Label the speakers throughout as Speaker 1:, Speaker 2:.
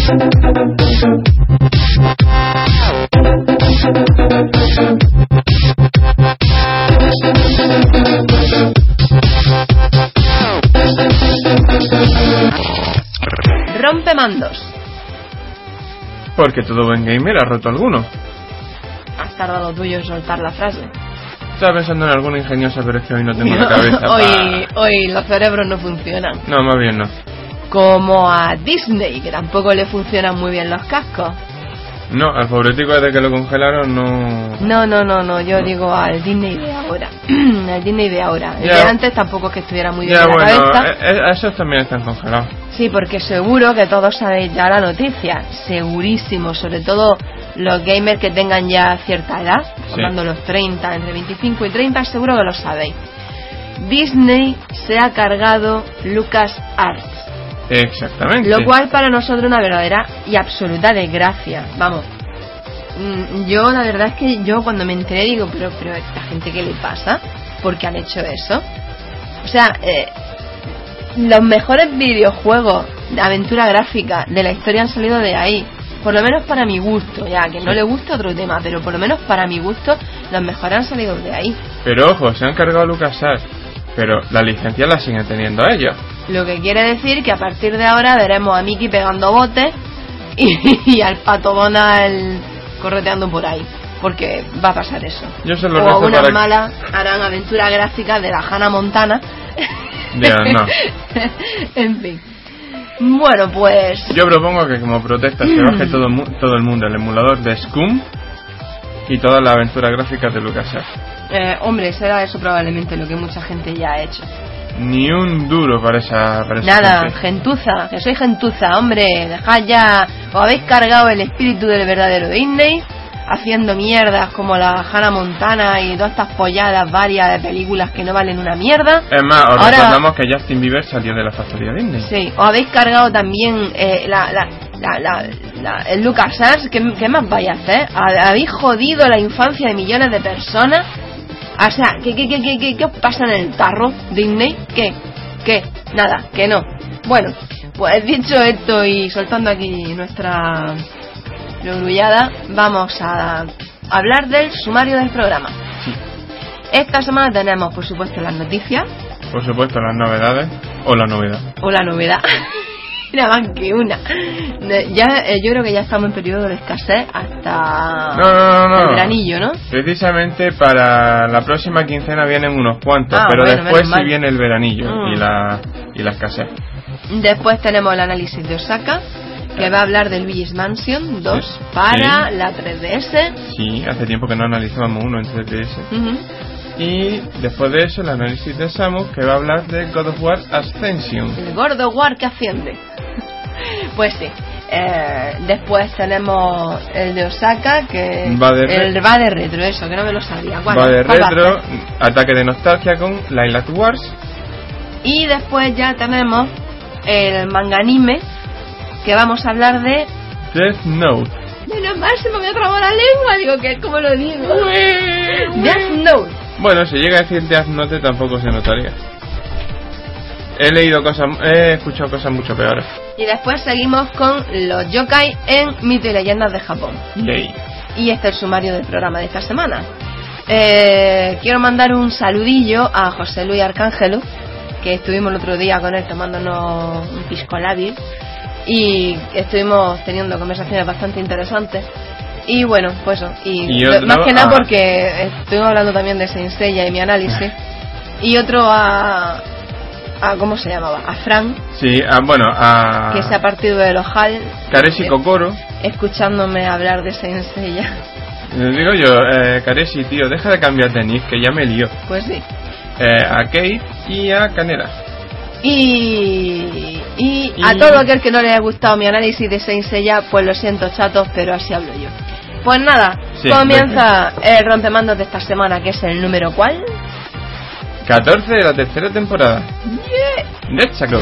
Speaker 1: Rompemandos.
Speaker 2: Porque todo buen gamer ha roto alguno.
Speaker 1: Has tardado tuyo en soltar la frase.
Speaker 2: Estaba pensando en alguna ingeniosa, pero es que hoy no tengo la cabeza.
Speaker 1: Hoy los cerebros no funcionan.
Speaker 2: No, más bien no.
Speaker 1: Como a Disney, que tampoco le funcionan muy bien los cascos.
Speaker 2: No, al pobretico desde que lo congelaron
Speaker 1: No, yo digo al Disney de ahora. Al Disney de ahora. El de antes tampoco es que estuviera muy bien en la cabeza.
Speaker 2: Esos también están congelados.
Speaker 1: Sí, porque seguro que todos sabéis ya la noticia. Segurísimo, sobre todo los gamers que tengan ya cierta edad, hablando los 30, entre 25 y 30, seguro que lo sabéis. Disney se ha cargado LucasArts.
Speaker 2: Exactamente.
Speaker 1: Lo cual para nosotros es una verdadera y absoluta desgracia. Vamos, yo la verdad es que yo cuando me enteré digo, pero a esta gente ¿qué le pasa? ¿Por qué han hecho eso? O sea, los mejores videojuegos de aventura gráfica de la historia han salido de ahí. Por lo menos para mi gusto, ya que no le gusta otro tema, pero por lo menos para mi gusto los mejores han salido de ahí.
Speaker 2: Pero ojo, se han cargado LucasArts, pero la licencia la siguen teniendo ellos.
Speaker 1: Lo que quiere decir que a partir de ahora veremos a Mickey pegando botes y al Pato Donald correteando por ahí, porque va a pasar eso.
Speaker 2: Yo se lo
Speaker 1: o
Speaker 2: rezo
Speaker 1: unas
Speaker 2: para
Speaker 1: malas harán aventuras gráficas de la Hannah Montana.
Speaker 2: Ya, no.
Speaker 1: En fin. Bueno, pues
Speaker 2: yo propongo que como protesta se baje todo el mundo el emulador de Scum y todas las aventuras gráficas de LucasArts.
Speaker 1: Hombre, será eso probablemente lo que mucha gente ya ha hecho.
Speaker 2: Ni un duro para esa
Speaker 1: nada,
Speaker 2: gente.
Speaker 1: gentuza, que soy gentuza, hombre, dejad ya, os habéis cargado el espíritu del verdadero Disney, haciendo mierdas como la Hannah Montana y todas estas polladas varias de películas que no valen una mierda.
Speaker 2: Es más, os recordamos que Justin Bieber salió de la factoría Disney.
Speaker 1: Sí, os habéis cargado también el LucasArts, ¿qué más vais a hacer? Habéis jodido la infancia de millones de personas. O sea, ¿qué os pasa en el tarro, Disney? ¿Qué? Nada, que no. Bueno, pues dicho esto y soltando aquí nuestra grullada, vamos a hablar del sumario del programa.
Speaker 2: Sí.
Speaker 1: Esta semana tenemos, por supuesto, las noticias.
Speaker 2: Por supuesto, las novedades. O la novedad.
Speaker 1: Mira, más que una. Yo creo que ya estamos en periodo de escasez hasta
Speaker 2: no.
Speaker 1: el veranillo, ¿no?
Speaker 2: Precisamente para la próxima quincena vienen unos cuantos, pero bueno, después sí viene el veranillo y la escasez.
Speaker 1: Después tenemos el análisis de Osaka, que va a hablar del Luigi's Mansion 2 para la 3DS.
Speaker 2: Sí, hace tiempo que no analizábamos uno en 3DS. Y después de eso el análisis de Samus, que va a hablar de God of War Ascension.
Speaker 1: El God of War que asciende. Pues sí. Después tenemos el de Osaka, que va de retro, eso, que no me lo sabía.
Speaker 2: Va de retro, ataque de nostalgia con Lilac Wars.
Speaker 1: Y después ya tenemos el manga anime, que vamos a hablar de
Speaker 2: Death Note.
Speaker 1: Menos mal, se me había trabado la lengua, digo, que ¿cómo lo digo? Death Note.
Speaker 2: Bueno, si llega a decir Death Note tampoco se notaría. He escuchado cosas mucho peores.
Speaker 1: Y después seguimos con los yokai en Mito y Leyendas de Japón.
Speaker 2: Yay.
Speaker 1: Y este es el sumario del programa de esta semana. Quiero mandar un saludillo a José Luis Arcángelo, que estuvimos el otro día con él tomándonos un pisco labil y estuvimos teniendo conversaciones bastante interesantes. Y bueno, pues eso. Y más que nada porque estuvimos hablando también de Saint Seiya y mi análisis. Y otro a ¿cómo se llamaba? A Fran.
Speaker 2: Sí,
Speaker 1: que se ha partido del ojal.
Speaker 2: Kareshi Kokoro.
Speaker 1: Escuchándome hablar de Saint Seiya.
Speaker 2: Digo yo, Kareshi, tío, deja de cambiar de nick, que ya me lío.
Speaker 1: Pues sí.
Speaker 2: A Kate y a Canela.
Speaker 1: Y a todo aquel que no le haya gustado mi análisis de Saint Seiya, pues lo siento, chatos, pero así hablo yo. Pues nada, comienza el rompemandos de esta semana, que es el número ¿cuál?
Speaker 2: 14 de la tercera temporada.
Speaker 1: Yeah.
Speaker 2: Let's go.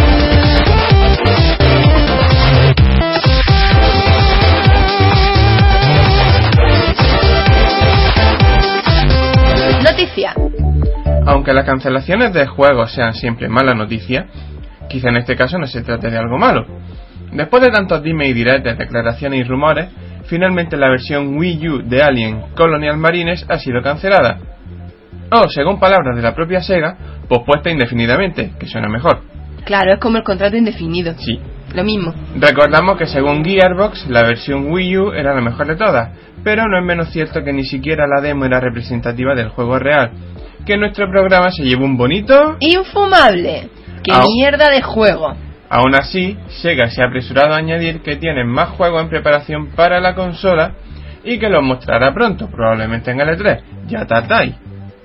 Speaker 1: Noticia.
Speaker 2: Aunque las cancelaciones de juegos sean siempre mala noticia, quizá en este caso no se trate de algo malo. Después de tantos dime y diretes, declaraciones y rumores, finalmente la versión Wii U de Alien Colonial Marines ha sido cancelada. O, según palabras de la propia Sega, pospuesta indefinidamente, que suena mejor.
Speaker 1: Claro, es como el contrato indefinido.
Speaker 2: Sí.
Speaker 1: Lo mismo.
Speaker 2: Recordamos que según Gearbox, la versión Wii U era la mejor de todas, pero no es menos cierto que ni siquiera la demo era representativa del juego real. Que nuestro programa se llevó un bonito...
Speaker 1: ¡infumable! ¡Qué mierda de juego!
Speaker 2: Aún así, Sega se ha apresurado a añadir que tienen más juegos en preparación para la consola y que los mostrará pronto, probablemente en el E3. Ya tatai.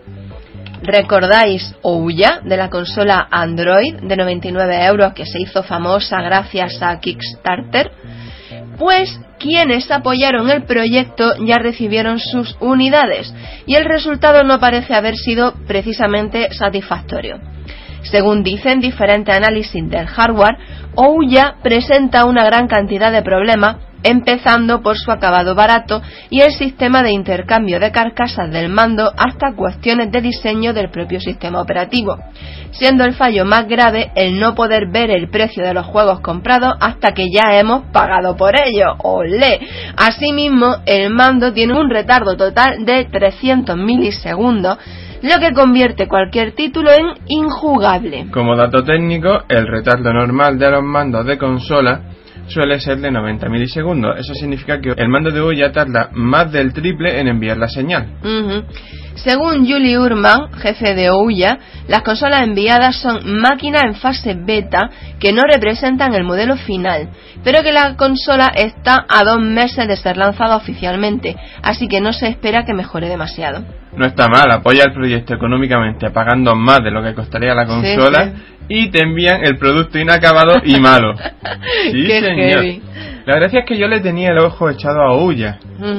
Speaker 1: ¿Recordáis Ouya de la consola Android de 99 euros que se hizo famosa gracias a Kickstarter? Pues quienes apoyaron el proyecto ya recibieron sus unidades y el resultado no parece haber sido precisamente satisfactorio. Según dicen diferentes análisis del hardware, Ouya presenta una gran cantidad de problemas, empezando por su acabado barato y el sistema de intercambio de carcasas del mando hasta cuestiones de diseño del propio sistema operativo, siendo el fallo más grave el no poder ver el precio de los juegos comprados hasta que ya hemos pagado por ello. ¡Olé! Asimismo, el mando tiene un retardo total de 300 milisegundos, lo que convierte cualquier título en injugable.
Speaker 2: Como dato técnico, el retardo normal de los mandos de consola suele ser de 90 milisegundos. Eso significa que el mando de Ouya tarda más del triple en enviar la señal.
Speaker 1: Según Julie Urman, jefe de Ouya, las consolas enviadas son máquinas en fase beta que no representan el modelo final, pero que la consola está a 2 meses de ser lanzada oficialmente, así que no se espera que mejore demasiado.
Speaker 2: No está mal, apoya el proyecto económicamente pagando más de lo que costaría la consola, sí. Y te envían el producto inacabado y malo. Sí,
Speaker 1: qué
Speaker 2: señor.
Speaker 1: Heavy.
Speaker 2: La gracia es que yo le tenía el ojo echado a Ouya.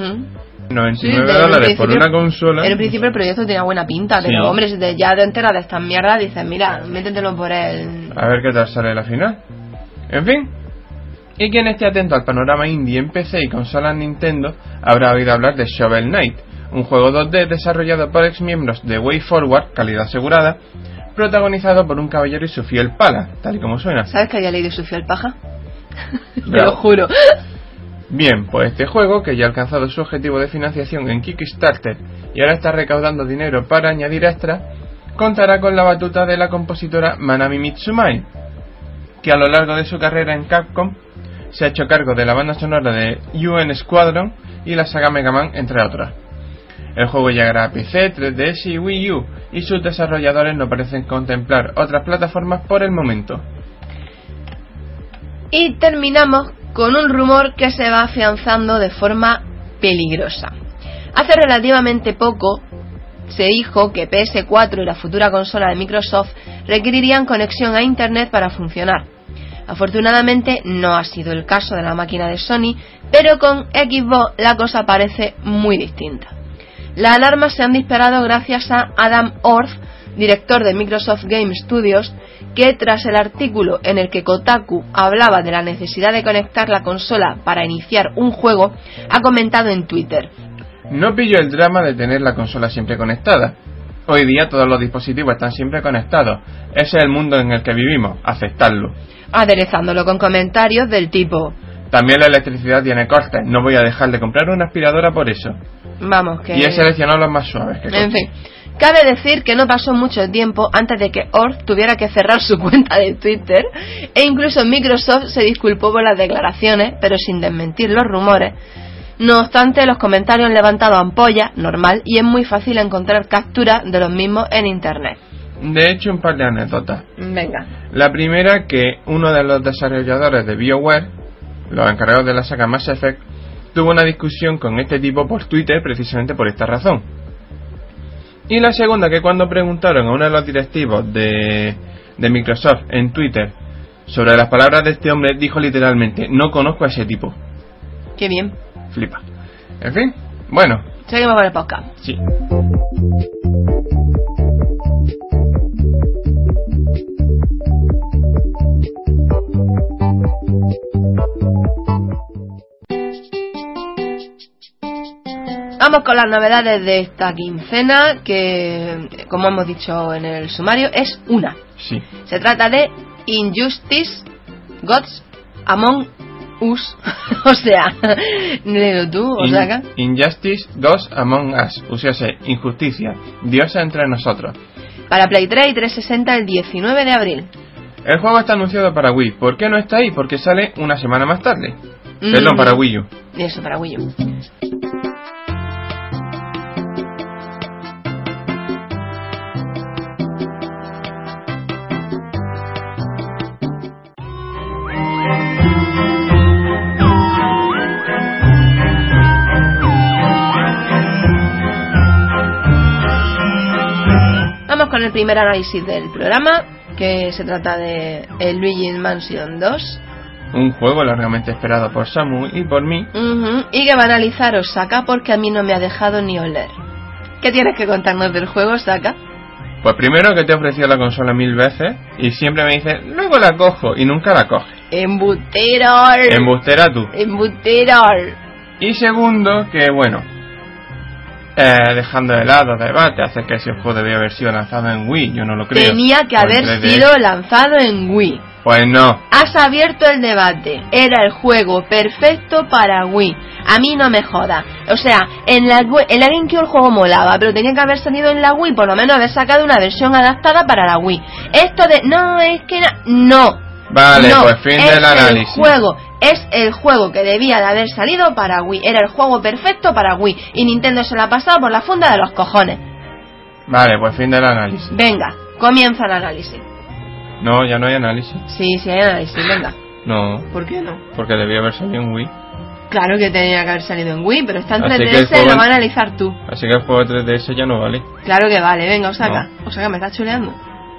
Speaker 2: 99 dólares por una consola.
Speaker 1: En el principio el proyecto tenía buena pinta, pero hombre, si ya te enteras de estas mierdas, dices, mira, métetelo por él.
Speaker 2: A ver qué tal sale la final. En fin. Y quien esté atento al panorama indie en PC y consolas Nintendo habrá oído hablar de Shovel Knight, un juego 2D desarrollado por exmiembros de WayForward, calidad asegurada, protagonizado por un caballero y su fiel pala, tal y como suena.
Speaker 1: ¿Sabes que había leído su fiel paja? Te lo juro.
Speaker 2: Bien, pues este juego, que ya ha alcanzado su objetivo de financiación en Kickstarter y ahora está recaudando dinero para añadir extras, contará con la batuta de la compositora Manami Mitsumai, que a lo largo de su carrera en Capcom se ha hecho cargo de la banda sonora de UN Squadron y la saga Mega Man, entre otras. El juego llegará a PC, 3DS y Wii U, y sus desarrolladores no parecen contemplar otras plataformas por el momento. Y
Speaker 1: terminamos con un rumor que se va afianzando de forma peligrosa. Hace relativamente poco se dijo que PS4 y la futura consola de Microsoft requerirían conexión a Internet para funcionar. Afortunadamente no ha sido el caso de la máquina de Sony, pero con Xbox la cosa parece muy distinta. Las alarmas se han disparado gracias a Adam Orth, director de Microsoft Game Studios, que tras el artículo en el que Kotaku hablaba de la necesidad de conectar la consola para iniciar un juego, ha comentado en Twitter:
Speaker 2: no pillo el drama de tener la consola siempre conectada. Hoy día todos los dispositivos están siempre conectados. Ese es el mundo en el que vivimos, aceptarlo.
Speaker 1: Aderezándolo con comentarios del tipo:
Speaker 2: también la electricidad tiene costes, no voy a dejar de comprar una aspiradora por eso.
Speaker 1: Vamos, que...
Speaker 2: Y he seleccionado los más suaves.
Speaker 1: En fin, cabe decir que no pasó mucho tiempo antes de que Orth tuviera que cerrar su cuenta de Twitter, e incluso Microsoft se disculpó por las declaraciones, pero sin desmentir los rumores. No obstante, los comentarios han levantado ampollas, normal, y es muy fácil encontrar capturas de los mismos en internet.
Speaker 2: De hecho, un par de anécdotas.
Speaker 1: Venga.
Speaker 2: La primera, que uno de los desarrolladores de BioWare, los encargados de la saga Mass Effect, tuvo una discusión con este tipo por Twitter precisamente por esta razón. Y la segunda, que cuando preguntaron a uno de los directivos de Microsoft en Twitter sobre las palabras de este hombre, dijo literalmente: no conozco a ese tipo.
Speaker 1: Qué bien.
Speaker 2: Flipa. En fin, bueno.
Speaker 1: Seguimos con el podcast.
Speaker 2: Sí.
Speaker 1: Vamos con las novedades de esta quincena, que, como hemos dicho en el sumario, es una.
Speaker 2: Sí.
Speaker 1: Se trata de Injustice Gods Among Us. O sea, léelo tú, Osaka.
Speaker 2: Injustice 2 Among Us. O sea, injusticia. Diosa entre nosotros.
Speaker 1: Para Play 3 y 360 el 19 de abril.
Speaker 2: El juego está anunciado para Wii. ¿Por qué no está ahí? Porque sale una semana más tarde. Perdón, para Wii U.
Speaker 1: Eso, para Wii U. Vamos con el primer análisis del programa, que se trata de el Luigi's Mansion 2.
Speaker 2: Un juego largamente esperado por Samu y por mí.
Speaker 1: Y que va a analizar Osaka porque a mí no me ha dejado ni oler. ¿Qué tienes que contarnos del juego, Osaka?
Speaker 2: Pues primero que te he ofrecido la consola 1000 veces y siempre me dices, luego la cojo, y nunca la coges.
Speaker 1: ¡Embustero!
Speaker 2: Embustera tú.
Speaker 1: ¡Embustero!
Speaker 2: Y segundo, que bueno, dejando de lado debate, hace que ese juego debía haber sido lanzado en Wii, yo no lo creo.
Speaker 1: Tenía que haber sido lanzado en Wii.
Speaker 2: Pues no.
Speaker 1: Has abierto el debate. Era el juego perfecto para Wii. A mí no me joda. O sea, en la GameCube el juego molaba, pero tenía que haber salido en la Wii, por lo menos haber sacado una versión adaptada para la Wii. Esto de, no, es que no.
Speaker 2: Vale,
Speaker 1: no,
Speaker 2: pues fin del análisis.
Speaker 1: Es el juego que debía de haber salido para Wii. Era el juego perfecto para Wii. Y Nintendo se lo ha pasado por la funda de los cojones.
Speaker 2: Vale, pues fin del análisis.
Speaker 1: Venga, comienza el análisis.
Speaker 2: No, ya no hay análisis.
Speaker 1: Sí, hay análisis, venga.
Speaker 2: No.
Speaker 1: ¿Por qué no?
Speaker 2: Porque debía haber salido en Wii.
Speaker 1: Claro que tenía que haber salido en Wii, pero está en
Speaker 2: Así
Speaker 1: 3DS y lo vas a analizar tú.
Speaker 2: Así que el juego de 3DS ya no vale.
Speaker 1: Claro que vale, venga, Osaka. No. Osaka, me estás chuleando.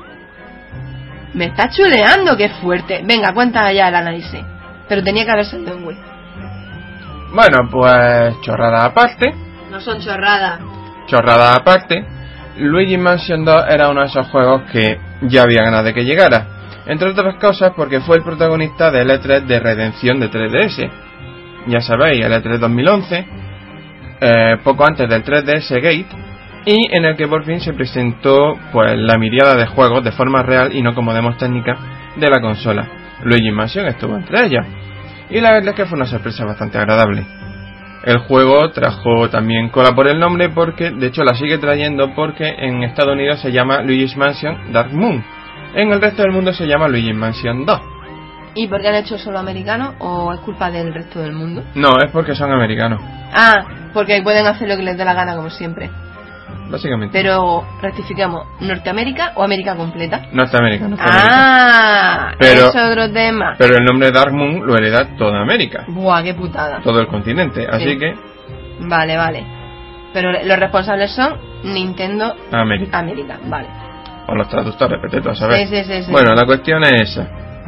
Speaker 1: Me estás chuleando, qué fuerte. Venga, cuenta ya el análisis. Pero tenía que haber salido en Wii.
Speaker 2: Bueno, pues chorrada aparte.
Speaker 1: No son chorradas.
Speaker 2: Chorrada aparte. Luigi's Mansion 2 era uno de esos juegos que ya había ganas de que llegara. Entre otras cosas porque fue el protagonista del E3 de redención de 3DS. Ya sabéis, el E3 2011, poco antes del 3DS Gate, y en el que por fin se presentó pues la miriada de juegos de forma real y no como demos técnicas de la consola. Luigi's Mansion estuvo entre ellas, y la verdad es que fue una sorpresa bastante agradable. El juego trajo también cola por el nombre porque, de hecho la sigue trayendo porque en Estados Unidos se llama Luigi's Mansion Dark Moon. En el resto del mundo se llama Luigi's Mansion 2.
Speaker 1: ¿Y por qué han hecho solo americano o es culpa del resto del mundo?
Speaker 2: No, es porque son americanos.
Speaker 1: Ah, porque pueden hacer lo que les dé la gana como siempre.
Speaker 2: Básicamente.
Speaker 1: Pero, rectificamos, ¿Norteamérica o América completa?
Speaker 2: Norteamérica.
Speaker 1: Pero, es otro tema.
Speaker 2: Pero el nombre Dark Moon lo hereda toda América.
Speaker 1: Buah, qué putada.
Speaker 2: Todo el continente, así que...
Speaker 1: Vale. Pero los responsables son Nintendo América, vale.
Speaker 2: O los traductores, pero tú a saber.
Speaker 1: Sí.
Speaker 2: Bueno, la cuestión es esa.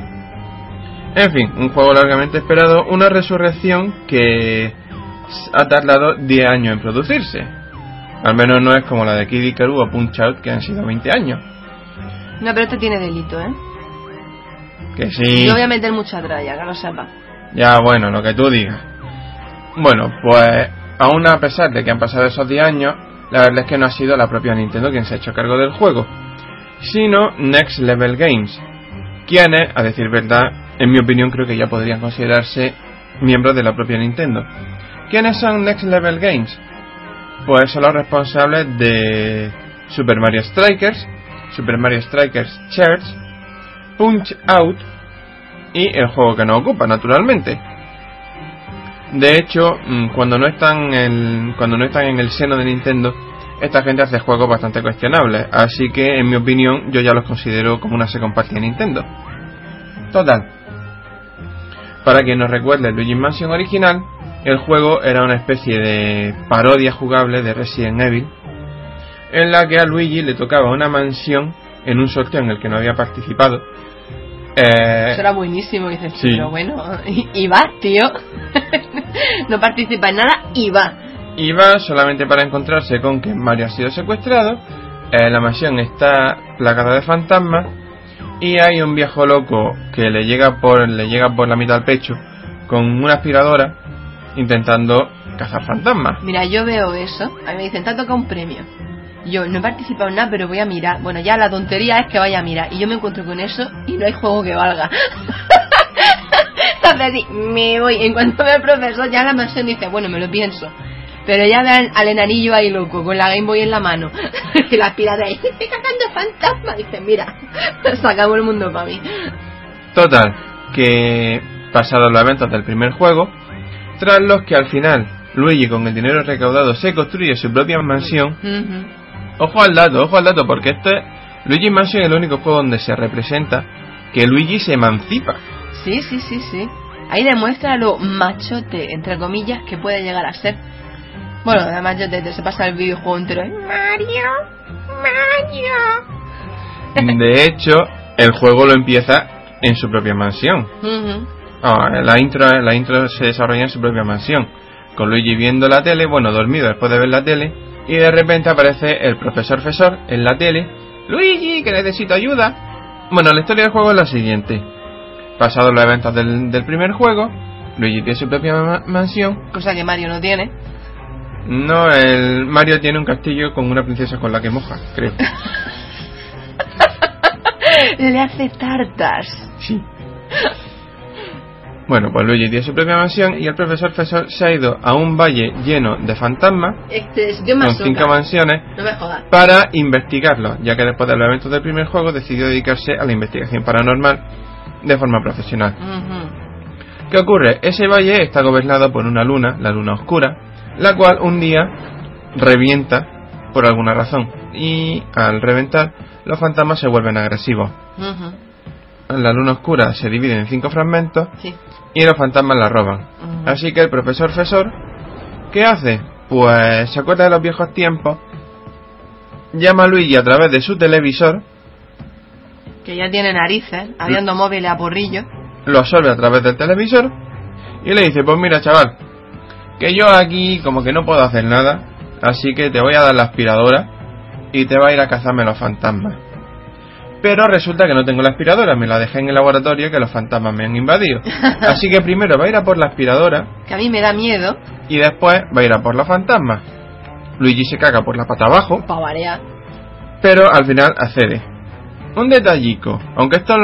Speaker 2: En fin, un juego largamente esperado, una resurrección que ha tardado 10 años en producirse. Al menos no es como la de Kid Icarus o Punch Out, que han sido 20 años.
Speaker 1: No, pero este tiene delito, ¿eh?
Speaker 2: Que sí.
Speaker 1: Yo voy a meter mucha tralla, que lo sepa.
Speaker 2: Ya, bueno, lo que tú digas. Bueno, pues aún a pesar de que han pasado esos 10 años, la verdad es que no ha sido la propia Nintendo quien se ha hecho cargo del juego, sino Next Level Games, quienes, a decir verdad, en mi opinión creo que ya podrían considerarse miembros de la propia Nintendo. ¿Quiénes son Next Level Games? Pues son los responsables de Super Mario Strikers, Super Mario Strikers Charge, Punch Out y el juego que nos ocupa, naturalmente. De hecho, cuando no están en el seno de Nintendo, esta gente hace juegos bastante cuestionables, así que en mi opinión yo ya los considero como una second party de Nintendo. Total, para quien nos recuerde el Luigi's Mansion original, el juego era una especie de parodia jugable de Resident Evil, en la que a Luigi le tocaba una mansión en un sorteo en el que no había participado.
Speaker 1: Eso era buenísimo, dices, sí. Pero bueno, y vas, tío. No participa en nada y va.
Speaker 2: Y va solamente para encontrarse con que Mario ha sido secuestrado, la mansión está plagada de fantasmas y hay un viejo loco que le llega por la mitad del pecho con una aspiradora intentando cazar fantasmas.
Speaker 1: Mira, yo veo eso, a mí me dicen, te ha tocado un premio. Yo no he participado en nada, pero voy a mirar. Bueno, ya la tontería es que vaya a mirar. Y yo me encuentro con eso y no hay juego que valga. hace así, me voy. En cuanto ve el profesor, ya la mansión dice, bueno, me lo pienso. Pero ya ve al enanillo ahí loco, con la Game Boy en la mano. Y la aspiradora ahí, estoy cazando fantasmas. Dice, mira, se acabó el mundo para mí.
Speaker 2: Total, que pasados los eventos del primer juego, tras los que al final Luigi con el dinero recaudado se construye su propia mansión. Ojo al dato, porque Luigi Mansion es el único juego donde se representa que Luigi se emancipa.
Speaker 1: Sí. Ahí demuestra lo machote, entre comillas, que puede llegar a ser. Bueno, además se pasa el videojuego entero. Mario.
Speaker 2: De hecho, el juego lo empieza en su propia mansión. La intro se desarrolla en su propia mansión, con Luigi viendo la tele, dormido después de ver la tele, y de repente aparece el profesor Fesor en la tele. Luigi, que necesito ayuda. La historia del juego es la siguiente. Pasados los eventos del primer juego, Luigi tiene su propia mansión.
Speaker 1: Cosa que Mario no tiene.
Speaker 2: No, el Mario tiene un castillo con una princesa con la que moja, creo.
Speaker 1: Le hace tartas.
Speaker 2: Sí. Bueno, pues Luigi tiene su propia mansión y el profesor Fesor se ha ido a un valle lleno de fantasmas, con 5 mansiones,
Speaker 1: no me jodas,
Speaker 2: para investigarlo, ya que después de los eventos del primer juego decidió dedicarse a la investigación paranormal de forma profesional. ¿Qué ocurre? Ese valle está gobernado por una luna, la luna oscura, la cual un día revienta por alguna razón, y al reventar los fantasmas se vuelven agresivos. La luna oscura se divide en 5 fragmentos,
Speaker 1: sí,
Speaker 2: y los fantasmas la roban. Así que el profesor Fesor, ¿qué hace? Pues se acuerda de los viejos tiempos, llama a Luigi a través de su televisor,
Speaker 1: que ya tiene narices, habiendo móviles a porrillo,
Speaker 2: lo absorbe a través del televisor y le dice, pues mira chaval, que yo aquí como que no puedo hacer nada, así que te voy a dar la aspiradora y te va a ir a cazarme los fantasmas. Pero resulta que no tengo la aspiradora, me la dejé en el laboratorio, que los fantasmas me han invadido. Así que primero va a ir a por la aspiradora,
Speaker 1: que a mí me da miedo,
Speaker 2: y después va a ir a por los fantasmas. Luigi se caga por la pata abajo,
Speaker 1: para variar,
Speaker 2: pero al final accede. Un detallico, aunque esto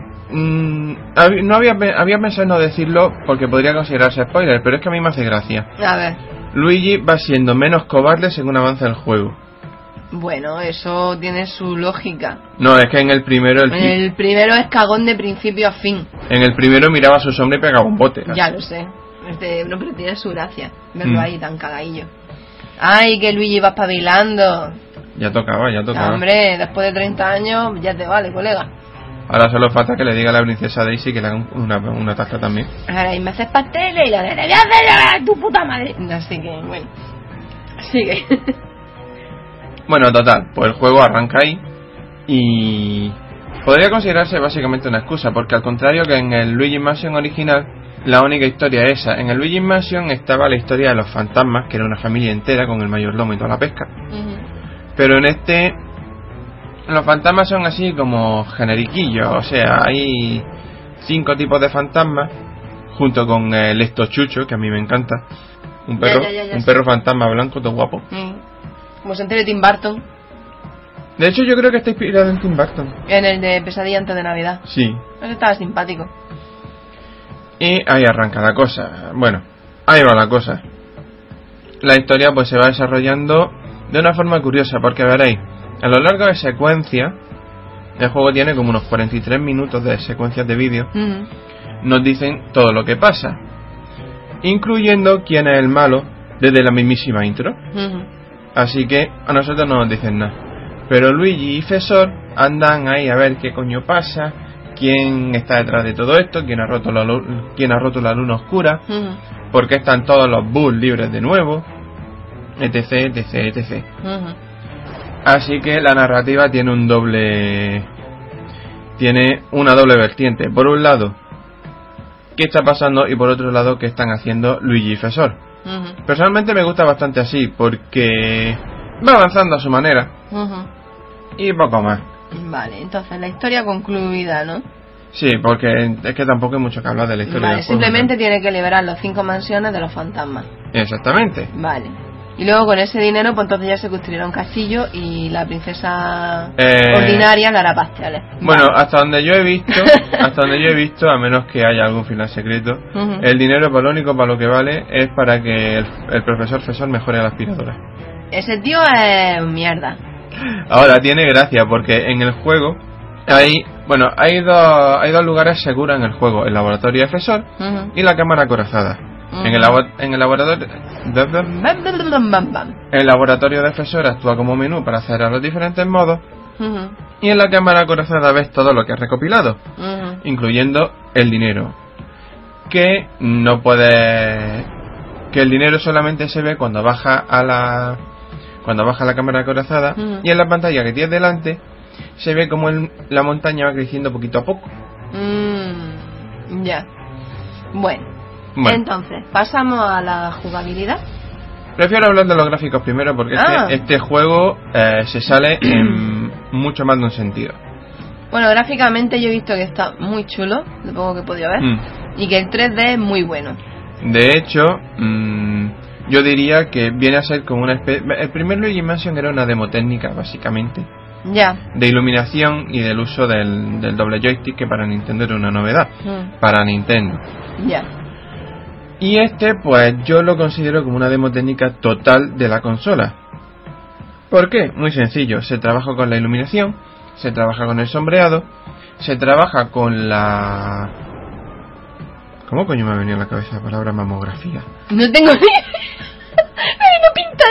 Speaker 2: no había pensado en no decirlo porque podría considerarse spoiler, pero es que a mí me hace gracia.
Speaker 1: A ver.
Speaker 2: Luigi va siendo menos cobarde según avanza el juego.
Speaker 1: Bueno, eso tiene su lógica.
Speaker 2: No, es que en el primero...
Speaker 1: El primero es cagón de principio a fin.
Speaker 2: En el primero miraba a su sombra y pegaba un bote.
Speaker 1: Ya lo sé. No, pero tiene su gracia verlo ahí tan cagadillo. Ay, que Luigi va espabilando.
Speaker 2: Ya tocaba.
Speaker 1: Hombre, después de 30 años ya te vale, colega.
Speaker 2: Ahora solo falta que le diga a la princesa Daisy que le haga una tarta también.
Speaker 1: Ahora, y me haces pasteles y lo de voy a hacer a tu puta madre. Así que, bueno, sigue.
Speaker 2: Bueno, total, pues el juego arranca ahí y podría considerarse básicamente una excusa, porque al contrario que en el Luigi Mansion original, la única historia es esa. En el Luigi Mansion estaba la historia de los fantasmas, que era una familia entera con el mayordomo y toda la pesca. Pero en este, los fantasmas son así como generiquillos, o sea, hay 5 tipos de fantasmas, junto con el estochucho, que a mí me encanta. Un perro fantasma blanco, todo guapo.
Speaker 1: Como se entere Tim Burton.
Speaker 2: De hecho, yo creo que está inspirado en Tim Burton.
Speaker 1: En el de Pesadilla antes de Navidad.
Speaker 2: Sí.
Speaker 1: Eso estaba simpático.
Speaker 2: Y ahí arranca la cosa. Bueno, ahí va la cosa. La historia pues se va desarrollando de una forma curiosa, porque veréis, a lo largo de secuencia, el juego tiene como unos 43 minutos de secuencias de vídeo. Nos dicen todo lo que pasa, incluyendo quién es el malo desde la mismísima intro. Así que a nosotros no nos dicen nada. Pero Luigi y Fesor andan ahí a ver qué coño pasa, quién está detrás de todo esto, quién ha roto la luna oscura, por qué están todos los bugs libres de nuevo, etc. Así que la narrativa tiene una doble vertiente. Por un lado, qué está pasando, y por otro lado, qué están haciendo Luigi y Fesor. Personalmente me gusta bastante así, porque va avanzando a su manera y poco más.
Speaker 1: Vale, entonces la historia concluida, ¿no?
Speaker 2: Sí, porque es que tampoco hay mucho que hablar de la historia.
Speaker 1: Vale, simplemente tiene que liberar los 5 mansiones de los fantasmas.
Speaker 2: Exactamente.
Speaker 1: Vale. Y luego con ese dinero, pues entonces ya se construirá un castillo y la princesa ordinaria le hará pasteles.
Speaker 2: Bueno, hasta donde yo he visto, a menos que haya algún final secreto, el dinero para lo único para lo que vale es para que el profesor Fesor mejore la aspiradora.
Speaker 1: Ese tío es mierda.
Speaker 2: Ahora tiene gracia porque en el juego hay dos lugares seguros en el juego: el laboratorio de Fesor y la cámara acorazada. En el laboratorio de Fesor actúa como menú para acceder a los diferentes modos, y en la cámara acorazada ves todo lo que has recopilado, incluyendo el dinero, que el dinero solamente se ve cuando baja a la cámara acorazada, y en la pantalla que tienes delante se ve como la montaña va creciendo poquito a poco.
Speaker 1: Ya. Bueno, entonces, pasamos a la jugabilidad.
Speaker 2: Prefiero hablar de los gráficos primero porque este juego se sale en mucho más de un sentido.
Speaker 1: Bueno, gráficamente yo he visto que está muy chulo, de poco que he podido ver, y que el 3D es muy bueno.
Speaker 2: De hecho, yo diría que viene a ser como una especie... El primer Luigi Mansion era una demo técnica, básicamente.
Speaker 1: Ya.
Speaker 2: De iluminación y del uso del doble joystick, que para Nintendo era una novedad. Para Nintendo.
Speaker 1: Ya.
Speaker 2: Y pues yo lo considero como una demo técnica total de la consola. ¿Por qué? Muy sencillo. Se trabaja con la iluminación, se trabaja con el sombreado, se trabaja con la... ¿Cómo coño me ha venido a la cabeza la palabra mamografía?
Speaker 1: No tengo ni... no pinta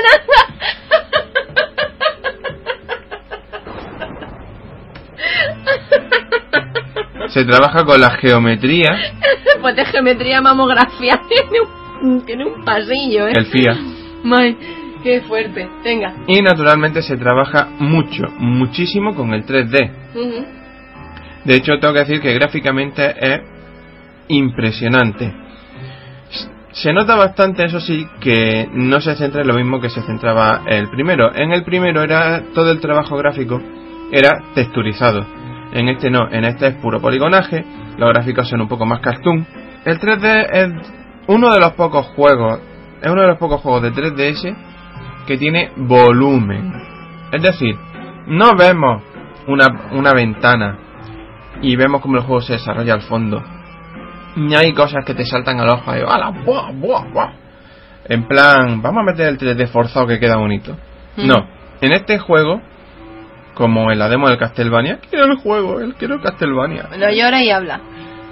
Speaker 1: nada.
Speaker 2: Se trabaja con la geometría.
Speaker 1: Pues de geometría, mamografía. Tiene un pasillo,
Speaker 2: El FIA.
Speaker 1: May, qué fuerte. Venga.
Speaker 2: Y naturalmente se trabaja muchísimo con el 3D. De hecho, tengo que decir que gráficamente es impresionante. Se nota bastante, eso sí, que no se centra en lo mismo que se centraba el primero. En el primero era todo el trabajo gráfico era texturizado. En este no, en este es puro poligonaje. Los gráficos son un poco más cartoon. El 3D es uno de los pocos juegos de 3DS que tiene volumen. Es decir, no vemos una ventana y vemos cómo el juego se desarrolla al fondo. Ni hay cosas que te saltan al ojo y ¡hala! ¡Buah, buah, buah! En plan, vamos a meter el 3D forzado que queda bonito. No, en este juego, como en la demo del Castlevania, quiero el Castlevania.
Speaker 1: Lo llora y habla.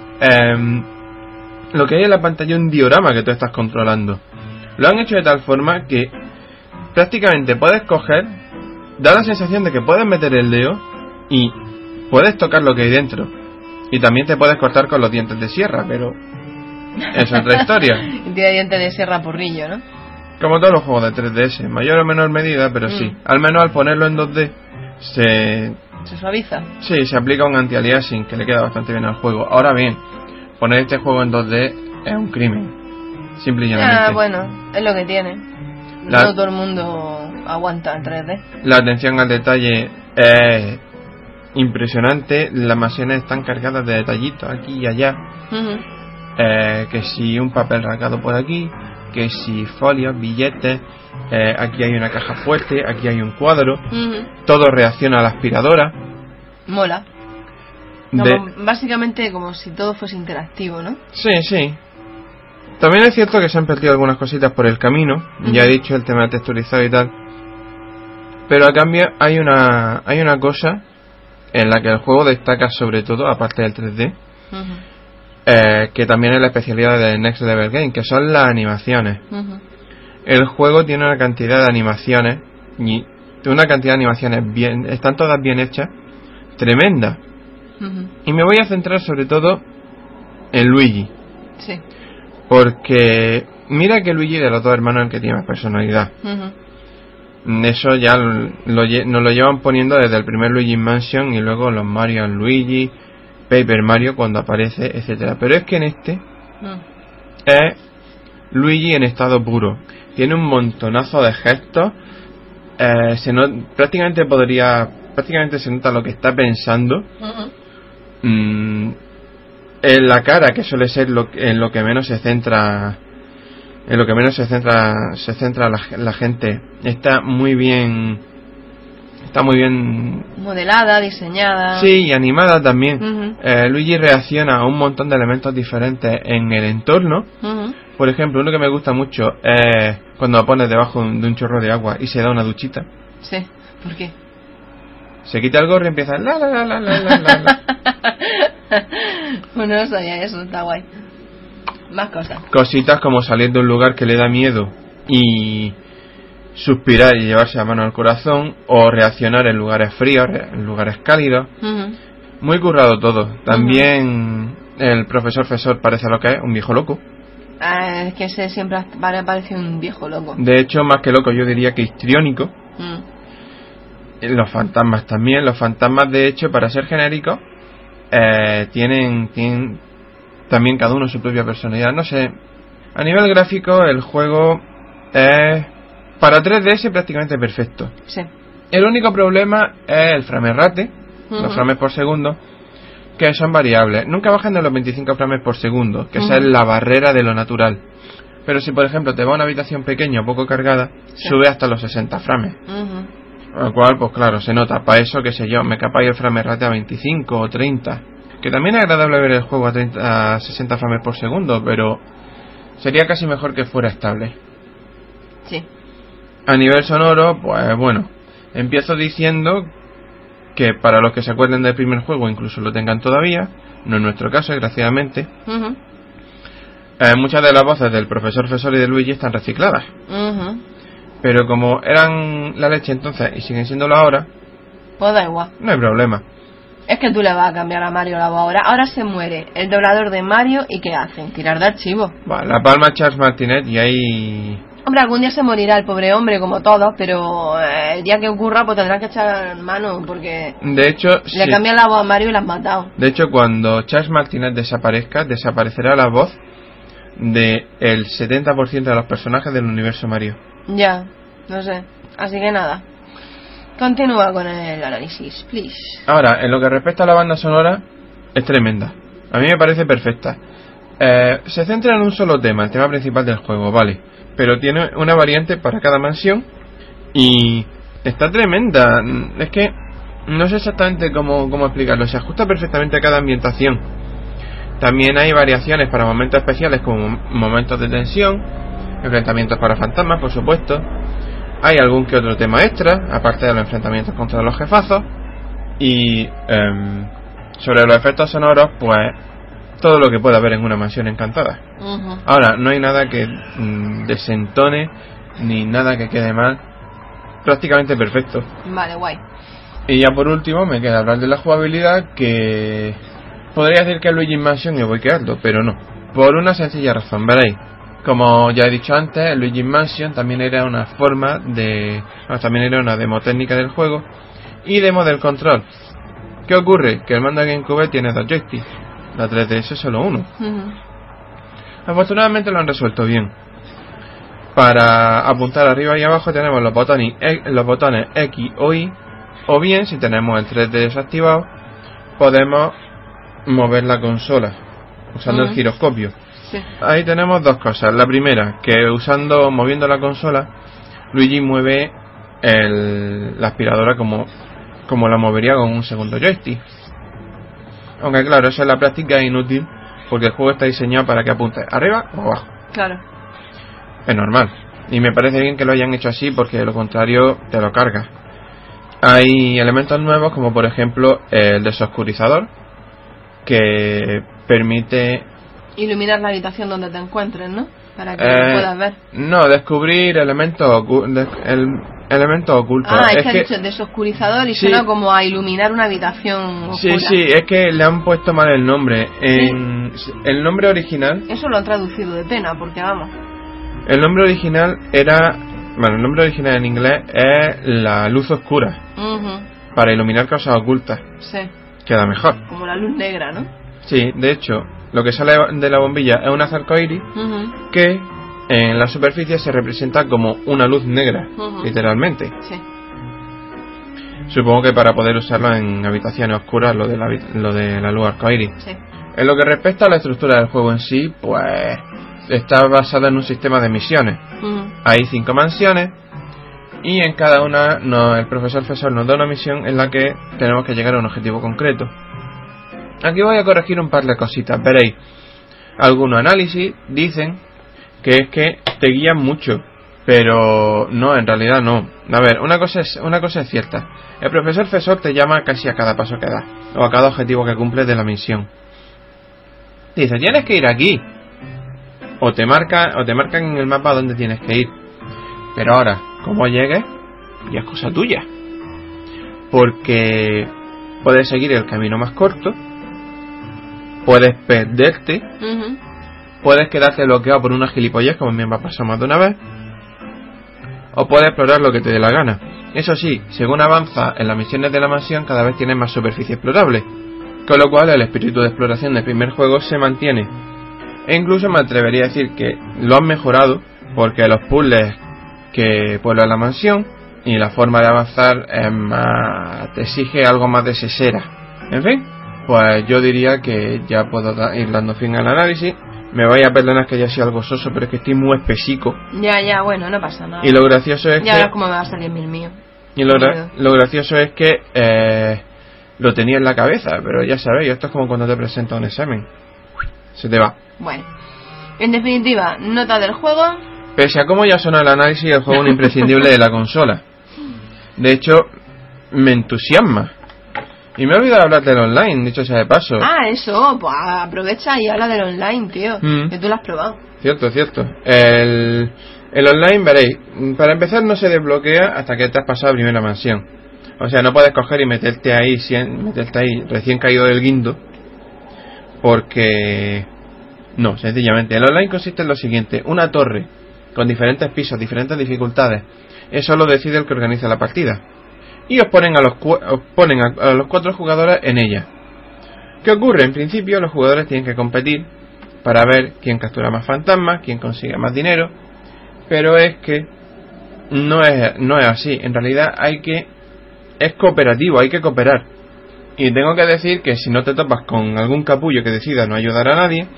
Speaker 2: Lo que hay en la pantalla es un diorama que tú estás controlando. Lo han hecho de tal forma que prácticamente puedes coger, da la sensación de que puedes meter el dedo y puedes tocar lo que hay dentro. Y también te puedes cortar con los dientes de sierra, pero es otra historia.
Speaker 1: Y tiene dientes de sierra porrillo, ¿no?
Speaker 2: Como todos los juegos de 3DS, en mayor o menor medida, pero sí. Al menos al ponerlo en 2D se
Speaker 1: suaviza.
Speaker 2: Sí, se aplica un anti-aliasing que le queda bastante bien al juego. Ahora bien, poner este juego en 2D es un crimen, simple y llanamente.
Speaker 1: Bueno, es lo que tiene. No todo el mundo aguanta el 3D. La
Speaker 2: atención al detalle es impresionante. Las mansiones están cargadas de detallitos aquí y allá. Que si un papel rasgado por aquí, que si folios, billetes, aquí hay una caja fuerte, aquí hay un cuadro. Todo reacciona a la aspiradora.
Speaker 1: Mola. Básicamente como si todo fuese interactivo, ¿no?
Speaker 2: Sí. También es cierto que se han perdido algunas cositas por el camino. Ya he dicho el tema texturizado y tal. Pero a cambio hay una cosa en la que el juego destaca sobre todo, aparte del 3D, que también es la especialidad de Next Level Game, que son las animaciones. El juego tiene una cantidad de animaciones, y una cantidad de animaciones están todas bien hechas, tremenda. Y me voy a centrar sobre todo en Luigi.
Speaker 1: Sí.
Speaker 2: Porque mira que Luigi de los dos hermanos es el que tiene más personalidad. Eso ya nos lo llevan poniendo desde el primer Luigi Mansion y luego los Mario Luigi, Paper Mario cuando aparece, etcétera. Pero es que en este es Luigi en estado puro. Tiene un montonazo de gestos. Prácticamente se nota lo que está pensando. En la cara, que suele ser en lo que menos se centra en lo que menos se centra la gente. Está muy bien
Speaker 1: modelada, diseñada.
Speaker 2: Sí, y animada también. Luigi reacciona a un montón de elementos diferentes en el entorno. Por ejemplo, uno que me gusta mucho es cuando lo pones debajo de un chorro de agua y se da una duchita.
Speaker 1: Sí, ¿por qué?
Speaker 2: Se quita el gorro y empieza la.
Speaker 1: Bueno, no sabía eso, está guay. Más cosas.
Speaker 2: Cositas como salir de un lugar que le da miedo y suspirar y llevarse la mano al corazón, o reaccionar en lugares fríos, en lugares cálidos. Muy currado todo. También el profesor Fesor parece lo que es, un viejo loco.
Speaker 1: Es que ese siempre parece un viejo loco.
Speaker 2: De hecho, más que loco, yo diría que histriónico. Los fantasmas también. Los fantasmas, de hecho, para ser genéricos, tienen también cada uno su propia personalidad. No sé, a nivel gráfico el juego es para 3DS prácticamente perfecto.
Speaker 1: Sí.
Speaker 2: El único problema es el frame rate, los frames por segundo, que son variables. Nunca bajan de los 25 frames por segundo, que esa es la barrera de lo natural. Pero si por ejemplo te va a una habitación pequeña o poco cargada, sube hasta los 60 frames. Lo cual, pues claro, se nota. Para eso, qué sé yo, me capáis el frame rate a 25 o 30. Que también es agradable ver el juego a 60 frames por segundo, pero sería casi mejor que fuera estable.
Speaker 1: Sí.
Speaker 2: A nivel sonoro, pues bueno, empiezo diciendo que para los que se acuerden del primer juego, incluso lo tengan todavía, no es nuestro caso, desgraciadamente, muchas de las voces del profesor Fesor y de Luigi están recicladas. Pero como eran la leche entonces y siguen siéndolo ahora,
Speaker 1: pues da igual.
Speaker 2: No hay problema.
Speaker 1: Es que tú le vas a cambiar a Mario la voz ahora. Ahora se muere el doblador de Mario y ¿qué hacen? Tirar de archivo.
Speaker 2: Vale, la palma Charles Martinet y ahí...
Speaker 1: Hombre, algún día se morirá el pobre hombre, como todos, pero el día que ocurra pues tendrás que echar mano, porque
Speaker 2: de hecho
Speaker 1: le cambian la voz a Mario y la has matado.
Speaker 2: De hecho, cuando Charles Martinet desaparezca, desaparecerá la voz del 70% de los personajes del universo Mario.
Speaker 1: Ya, no sé. Así que nada. Continúa con el análisis, please.
Speaker 2: Ahora, en lo que respecta a la banda sonora, es tremenda. A mí me parece perfecta. Se centra en un solo tema, el tema principal del juego, vale. Pero tiene una variante para cada mansión y está tremenda. Es que no sé exactamente cómo explicarlo. Se ajusta perfectamente a cada ambientación. También hay variaciones para momentos especiales, como momentos de tensión, enfrentamientos para fantasmas, por supuesto. Hay algún que otro tema extra, aparte de los enfrentamientos contra los jefazos. Y sobre los efectos sonoros, pues todo lo que pueda haber en una mansión encantada. Ahora, no hay nada que desentone, ni nada que quede mal. Prácticamente perfecto.
Speaker 1: Vale, guay.
Speaker 2: Y ya por último me queda hablar de la jugabilidad, que podría decir que es Luigi's Mansion y boiquearlo, pero no. Por una sencilla razón, veréis. Como ya he dicho antes, Luigi's Mansion también era una forma de... también era una demo técnica del juego y demo del control. ¿Qué ocurre? Que el mando de GameCube tiene 2 joysticks. La 3DS solo uno. Afortunadamente lo han resuelto bien. Para apuntar arriba y abajo tenemos los botones X o Y, o bien si tenemos el 3DS activado podemos mover la consola usando el giroscopio.
Speaker 1: Sí.
Speaker 2: Ahí tenemos dos cosas. La primera, que moviendo la consola, Luigi mueve la aspiradora como la movería con un segundo joystick. Aunque claro, eso en la práctica es inútil, porque el juego está diseñado para que apunte arriba o abajo.
Speaker 1: Claro.
Speaker 2: Es normal. Y me parece bien que lo hayan hecho así, porque de lo contrario te lo cargas. Hay elementos nuevos, como por ejemplo el desoscurizador, que permite
Speaker 1: iluminar la habitación donde te encuentres, ¿no? Para que lo puedas ver.
Speaker 2: No, descubrir elementos ocultos.
Speaker 1: Es que has dicho desoscurizador y sí, suena como a iluminar una habitación oscura.
Speaker 2: Sí, es que le han puesto mal el nombre. El nombre original...
Speaker 1: Eso lo han traducido de pena, porque vamos.
Speaker 2: El nombre original el nombre original en inglés es la luz oscura. Para iluminar cosas ocultas.
Speaker 1: Sí.
Speaker 2: Queda mejor.
Speaker 1: Como la luz negra, ¿no?
Speaker 2: Sí, de hecho, lo que sale de la bombilla es un haz arcoíris que en la superficie se representa como una luz negra, literalmente.
Speaker 1: Sí.
Speaker 2: Supongo que para poder usarlo en habitaciones oscuras, lo de la luz arcoíris.
Speaker 1: Sí.
Speaker 2: En lo que respecta a la estructura del juego en sí, pues está basada en un sistema de misiones. Hay 5 mansiones y en cada una el profesor Fesor nos da una misión en la que tenemos que llegar a un objetivo concreto. Aquí voy a corregir un par de cositas. Veréis, algunos análisis dicen que es que te guían mucho, pero no, en realidad no. A ver, una cosa es cierta. El profesor Fesor te llama casi a cada paso que das, o a cada objetivo que cumples de la misión. Dice, tienes que ir aquí, o te marcan en el mapa donde tienes que ir. Pero ahora, como llegues, ya es cosa tuya, porque puedes seguir el camino más corto, puedes perderte, puedes quedarte bloqueado por una gilipollez, como me ha pasado más de una vez, o puedes explorar lo que te dé la gana. Eso sí, según avanza en las misiones de la mansión, cada vez tienes más superficie explorable, con lo cual el espíritu de exploración del primer juego se mantiene. E incluso me atrevería a decir que lo han mejorado, porque los puzzles que puebla la mansión y la forma de avanzar te exige algo más de sesera. En fin, pues yo diría que ya puedo ir dando fin al análisis. Me vais a perdonar que ya sea algo soso, pero es que estoy muy espesico.
Speaker 1: Ya, bueno, no pasa nada.
Speaker 2: Y lo gracioso es
Speaker 1: ya verás cómo me va a salir el mío.
Speaker 2: Y lo gracioso es que lo tenía en la cabeza, pero ya sabéis, esto es como cuando te presenta un examen. Se te va.
Speaker 1: Bueno, en definitiva, nota del juego.
Speaker 2: Pese a cómo ya suena el análisis, el juego es un imprescindible de la consola. De hecho, me entusiasma. Y me he olvidado hablar del online, dicho sea de paso.
Speaker 1: Ah, eso, pues aprovecha y habla del online, tío. Que tú lo has probado.
Speaker 2: Cierto. El online, veréis, para empezar no se desbloquea hasta que te has pasado la primera mansión. O sea, no puedes coger y meterte ahí recién caído del guindo, porque no, sencillamente el online consiste en lo siguiente: una torre con diferentes pisos, diferentes dificultades. Eso lo decide el que organiza la partida, y os ponen a los 4 jugadores en ella. ¿Qué ocurre? En principio los jugadores tienen que competir para ver quién captura más fantasmas, quién consigue más dinero, pero es que no es así. En realidad es cooperativo, hay que cooperar. Y tengo que decir que si no te topas con algún capullo que decida no ayudar a nadie,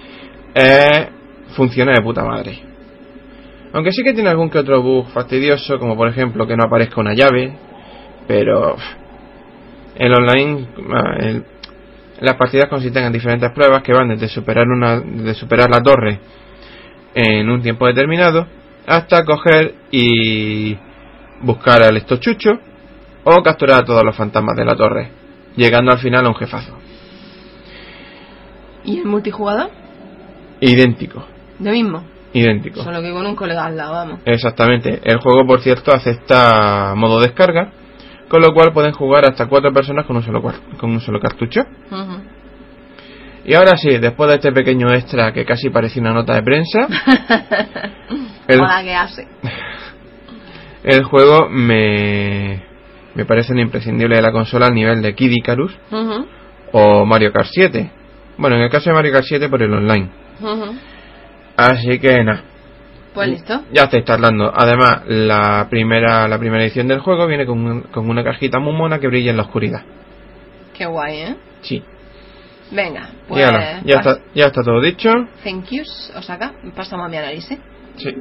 Speaker 2: funciona de puta madre. Aunque sí que tiene algún que otro bug fastidioso, como por ejemplo que no aparezca una llave, pero el online, las partidas consisten en diferentes pruebas que van desde superar la torre en un tiempo determinado hasta coger y buscar al estochucho o capturar a todos los fantasmas de la torre, llegando al final a un jefazo.
Speaker 1: ¿Y el multijugador?
Speaker 2: Idéntico.
Speaker 1: ¿Lo mismo?
Speaker 2: Idéntico.
Speaker 1: Solo que con un colega al lado, vamos.
Speaker 2: Exactamente. El juego, por cierto, acepta modo descarga, con lo cual pueden jugar hasta 4 personas con un solo cartucho. Y ahora sí, después de este pequeño extra que casi parece una nota de prensa,
Speaker 1: Hola, ¿qué hace?
Speaker 2: El juego me parece un imprescindible de la consola al nivel de Kid Icarus o Mario Kart 7. Bueno, en el caso de Mario Kart 7 por el online. Así que nada.
Speaker 1: Pues listo.
Speaker 2: Ya estáis tardando. Además, la primera edición del juego viene con una cajita muy mona que brilla en la oscuridad.
Speaker 1: Qué guay, ¿eh?
Speaker 2: Sí.
Speaker 1: Venga, pues
Speaker 2: ya está todo dicho.
Speaker 1: Thank yous, Osaka. Pasamos a mi análisis.
Speaker 2: Sí.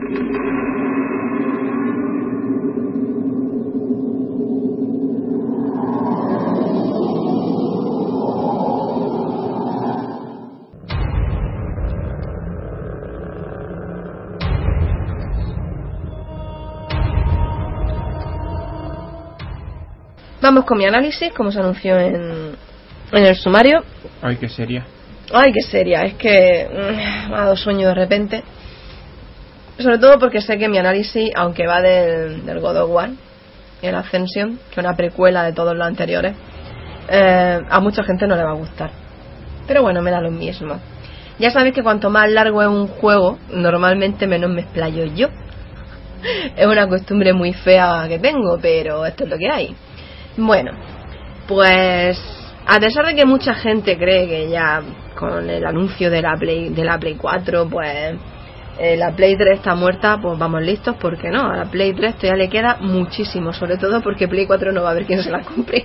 Speaker 1: Vamos con mi análisis, como se anunció en el sumario.
Speaker 2: Ay, qué seria.
Speaker 1: Ay, qué seria. Es que me ha dado sueño de repente. Sobre todo porque sé que mi análisis, aunque va del God of War, el Ascension, que es una precuela de todos los anteriores, a mucha gente no le va a gustar. Pero bueno, me da lo mismo. Ya sabéis que cuanto más largo es un juego, normalmente menos me explayo yo. Es una costumbre muy fea que tengo, pero esto es lo que hay. Bueno, pues a pesar de que mucha gente cree que ya con el anuncio de la Play 4, pues la Play 3 está muerta, pues vamos listos, porque no, a la Play 3 todavía le queda muchísimo, sobre todo porque Play 4 no va a haber quien se la compre.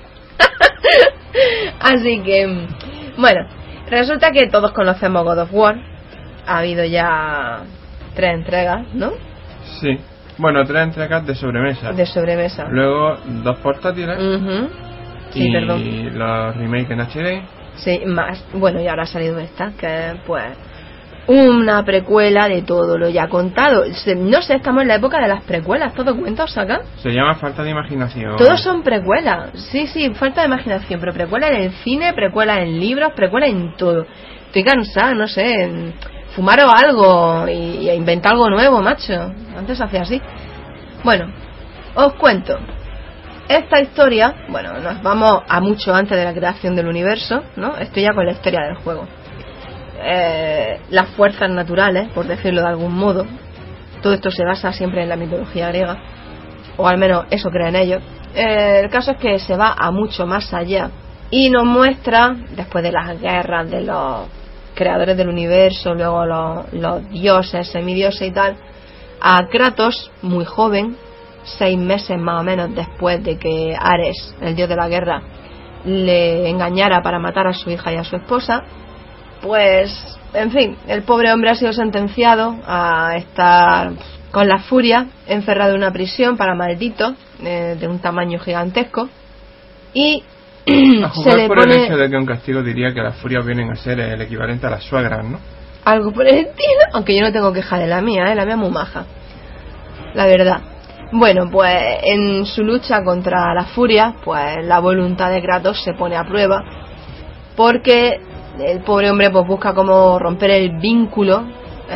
Speaker 1: Así que, bueno, resulta que todos conocemos God of War. Ha habido ya 3 entregas, ¿no?
Speaker 2: Sí. Bueno, 3 entregas de sobremesa.
Speaker 1: De sobremesa.
Speaker 2: Luego 2 portátiles.
Speaker 1: Sí,
Speaker 2: y
Speaker 1: perdón.
Speaker 2: los remakes en HD.
Speaker 1: Sí, más. Bueno, y ahora ha salido esta, que es, pues, una precuela de todo lo ya contado. No sé, estamos en la época de las precuelas. ¿Todo cuenta, Osaka?
Speaker 2: Se llama falta de imaginación.
Speaker 1: Todos son precuelas. Sí, falta de imaginación. Pero precuela en el cine, precuela en libros, precuela en todo. Estoy cansada, no sé. Fumaros algo y inventar algo nuevo, macho. Antes hacía así. Bueno, os cuento. Esta historia, bueno, nos vamos a mucho antes de la creación del universo, ¿no? Estoy ya con la historia del juego. Las fuerzas naturales, por decirlo de algún modo. Todo esto se basa siempre en la mitología griega, o al menos eso creen ellos. El caso es que se va a mucho más allá y nos muestra, después de las guerras de los creadores del universo, luego los dioses, semidioses y tal, a Kratos muy joven, 6 meses más o menos después de que Ares, el dios de la guerra, le engañara para matar a su hija y a su esposa. Pues, en fin, el pobre hombre ha sido sentenciado a estar con la furia, encerrado en una prisión para malditos de un tamaño gigantesco. Y
Speaker 2: a jugar
Speaker 1: se le
Speaker 2: por
Speaker 1: pone
Speaker 2: el hecho de que un castigo diría que las furias vienen a ser el equivalente a las suegras, ¿no?
Speaker 1: algo por el estilo, aunque yo no tengo queja de la mía, la mía es muy maja, la verdad. Bueno, pues en su lucha contra la furia, pues la voluntad de Kratos se pone a prueba, porque el pobre hombre pues busca cómo romper el vínculo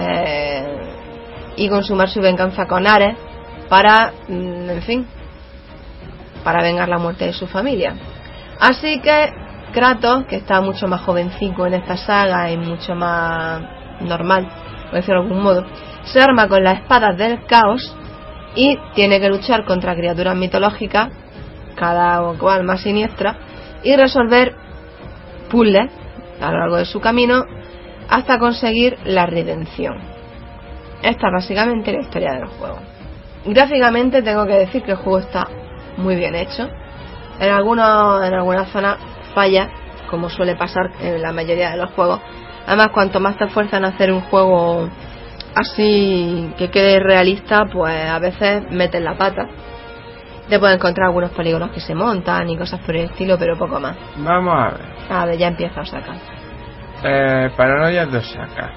Speaker 1: y consumar su venganza con Ares para, en fin, para vengar la muerte de su familia. Así que Kratos, que está mucho más jovencico en esta saga y mucho más normal, por decirlo de algún modo, se arma con las espadas del caos y tiene que luchar contra criaturas mitológicas, cada cual más siniestra, y resolver puzzles a lo largo de su camino hasta conseguir la redención. Esta es básicamente la historia del juego. Gráficamente tengo que decir que el juego está muy bien hecho. En algunas zonas falla, como suele pasar en la mayoría de los juegos. Además, cuanto más te esfuerzan a hacer un juego así que quede realista, pues a veces meten la pata. Te puedes encontrar algunos polígonos que se montan y cosas por el estilo, pero poco más.
Speaker 2: Vamos a ver.
Speaker 1: A ver, ya empieza Osaka.
Speaker 2: Paranoias de Osaka.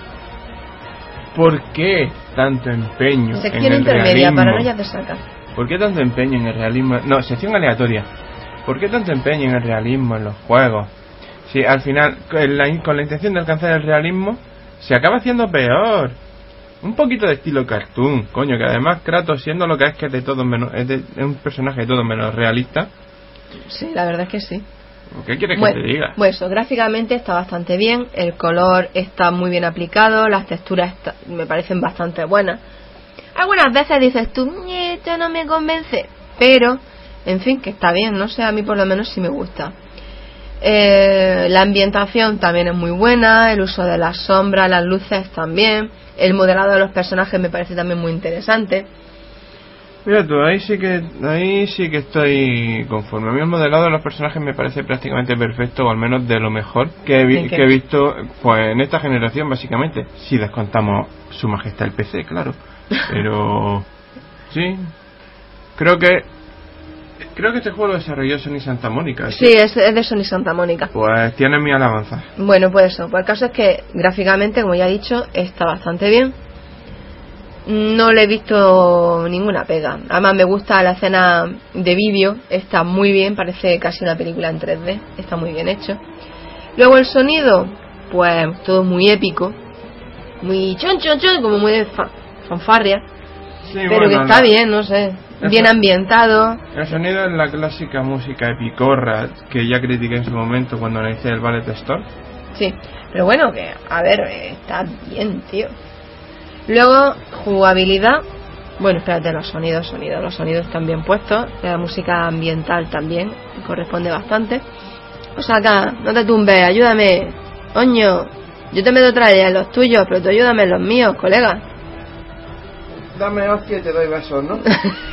Speaker 2: ¿Por qué tanto empeño
Speaker 1: Sección
Speaker 2: en el
Speaker 1: intermedia,
Speaker 2: realismo?
Speaker 1: paranoias de Osaka.
Speaker 2: ¿Por qué tanto empeño en el realismo? No, sección aleatoria. ¿Por qué tanto empeño en el realismo en los juegos? Si al final, con la intención de alcanzar el realismo, se acaba haciendo peor. Un poquito de estilo cartoon, coño, que además Kratos, siendo lo que es, que es de todo menos, es un personaje de todo menos realista.
Speaker 1: Sí, la verdad es que sí.
Speaker 2: ¿Qué quieres que te diga?
Speaker 1: Pues eso, gráficamente está bastante bien, el color está muy bien aplicado, las texturas me parecen bastante buenas. Algunas veces dices tú, esto no me convence, pero, en fin, que está bien, no sé, a mí por lo menos sí me gusta. La ambientación también es muy buena, el uso de las sombras, las luces también, el modelado de los personajes me parece también muy interesante.
Speaker 2: Mira tú, ahí sí que estoy conforme. A mí el modelado de los personajes me parece prácticamente perfecto, o al menos de lo mejor que he visto pues en esta generación, básicamente, si descontamos Su Majestad el PC, claro. Pero sí, creo que este juego lo desarrolló Sony Santa Mónica.
Speaker 1: Sí, es de Sony Santa Mónica.
Speaker 2: Pues tiene mi alabanza.
Speaker 1: Bueno, pues eso, pues el caso es que gráficamente, como ya he dicho, está bastante bien. No le he visto ninguna pega. Además me gusta la escena de vídeo, está muy bien, parece casi una película en 3D, está muy bien hecho. Luego el sonido, pues todo muy épico, muy chon chon chon, como muy de fanfarria, sí, pero bueno, que está bien, no sé, bien ambientado.
Speaker 2: El sonido es la clásica música epicorra que ya critiqué en su momento cuando analicé el Ballet Store. Sí,
Speaker 1: pero bueno, que a ver, está bien, tío. Luego, jugabilidad. Bueno, espérate, los sonidos están bien puestos. La música ambiental también corresponde bastante. O sea, acá, no te tumbes, ayúdame. Coño, yo te meto traer en los tuyos, pero tú ayúdame en los míos, colega.
Speaker 2: Dame hostia y te doy besos, ¿no?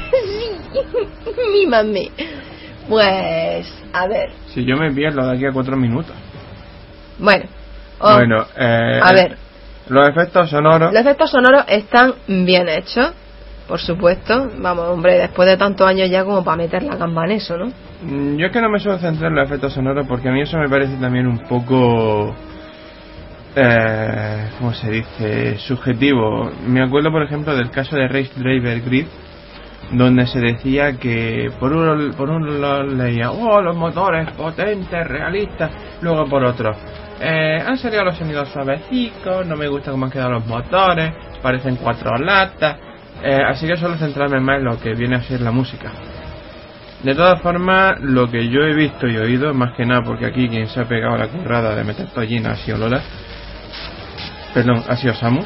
Speaker 1: Mímame. Pues, a ver.
Speaker 2: Si yo me pierdo de aquí a 4 minutos.
Speaker 1: Bueno,
Speaker 2: a ver. Los efectos sonoros
Speaker 1: están bien hechos, por supuesto. Vamos, hombre, después de tantos años ya como para meter la gamba en eso, ¿no?
Speaker 2: Yo es que no me suelo centrar en los efectos sonoros porque a mí eso me parece también un poco... ¿cómo se dice? Subjetivo. Me acuerdo, por ejemplo, del caso de Race Driver Grid, donde se decía que por un lado leía, oh, los motores potentes, realistas, luego por otro, han salido los sonidos suavecitos, no me gusta cómo han quedado los motores, parecen 4 latas, así que suelo centrarme más en lo que viene a ser la música. De todas formas, lo que yo he visto y oído, más que nada porque aquí quien se ha pegado la currada de meter tollina ha sido Lola, perdón, ha sido Samu.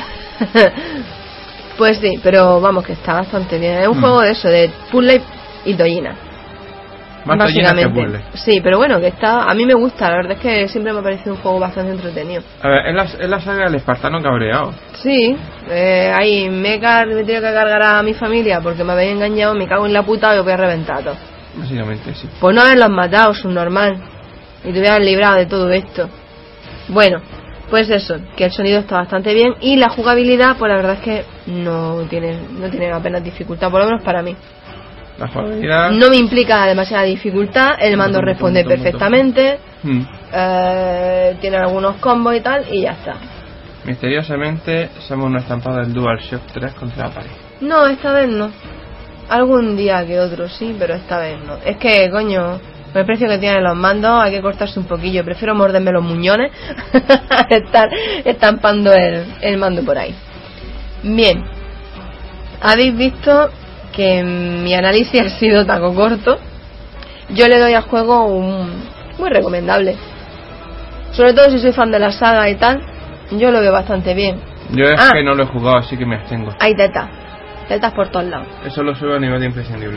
Speaker 1: Pues sí, pero vamos, que está bastante bien. Es un juego de eso, de puzzle y tollina.
Speaker 2: Más tollina que puzzle.
Speaker 1: Sí, pero bueno, que está... A mí me gusta, la verdad es que siempre me ha parecido un juego bastante entretenido.
Speaker 2: A ver, es la saga del espartano cabreado.
Speaker 1: Sí, ahí me he tenido que cargar a mi familia porque me habéis engañado, me cago en la puta y os voy a reventar a todos.
Speaker 2: Básicamente, sí.
Speaker 1: Pues no haberlos matado, subnormal. Y te hubieras librado de todo esto. Bueno, pues eso, que el sonido está bastante bien y la jugabilidad, pues la verdad es que no tiene apenas dificultad, por lo menos para mí.
Speaker 2: La jugabilidad
Speaker 1: no me implica demasiada dificultad, el mando responde perfectamente, tiene algunos combos y tal, y ya está.
Speaker 2: Misteriosamente, somos una estampada del DualShock 3 contra la pared.
Speaker 1: No, esta vez no. Algún día que otro sí, pero esta vez no. Es que, coño, por el precio que tienen los mandos hay que cortarse un poquillo. Prefiero morderme los muñones a estar estampando el mando por ahí. Bien, habéis visto que mi análisis ha sido taco corto. Yo le doy al juego muy recomendable, sobre todo si soy fan de la saga y tal. Yo lo veo bastante bien.
Speaker 2: Yo es que no lo he jugado, así que me abstengo.
Speaker 1: Hay tetas por todos lados.
Speaker 2: Eso lo subo a nivel de imprescindible.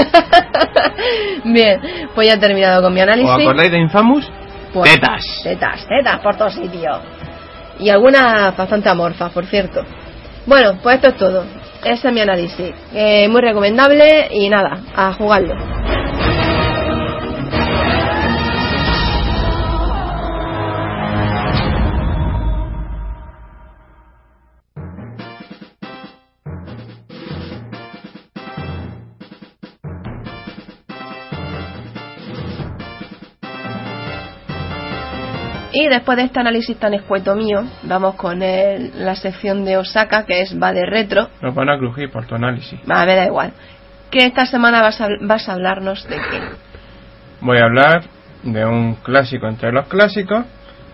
Speaker 1: Bien, pues ya he terminado con mi análisis.
Speaker 2: ¿Os acordáis de Infamous?
Speaker 1: Pues,
Speaker 2: tetas
Speaker 1: por todos sitios. Y algunas bastante amorfas, por cierto. Bueno, pues esto es todo. Ese es mi análisis. Muy recomendable y nada, a jugarlo. Y después de este análisis tan escueto mío, vamos con la sección de Osaka, que va de retro.
Speaker 2: Nos van a crujir por tu análisis.
Speaker 1: Me da igual. Que esta semana vas a hablarnos de qué.
Speaker 2: Voy a hablar de un clásico entre los clásicos,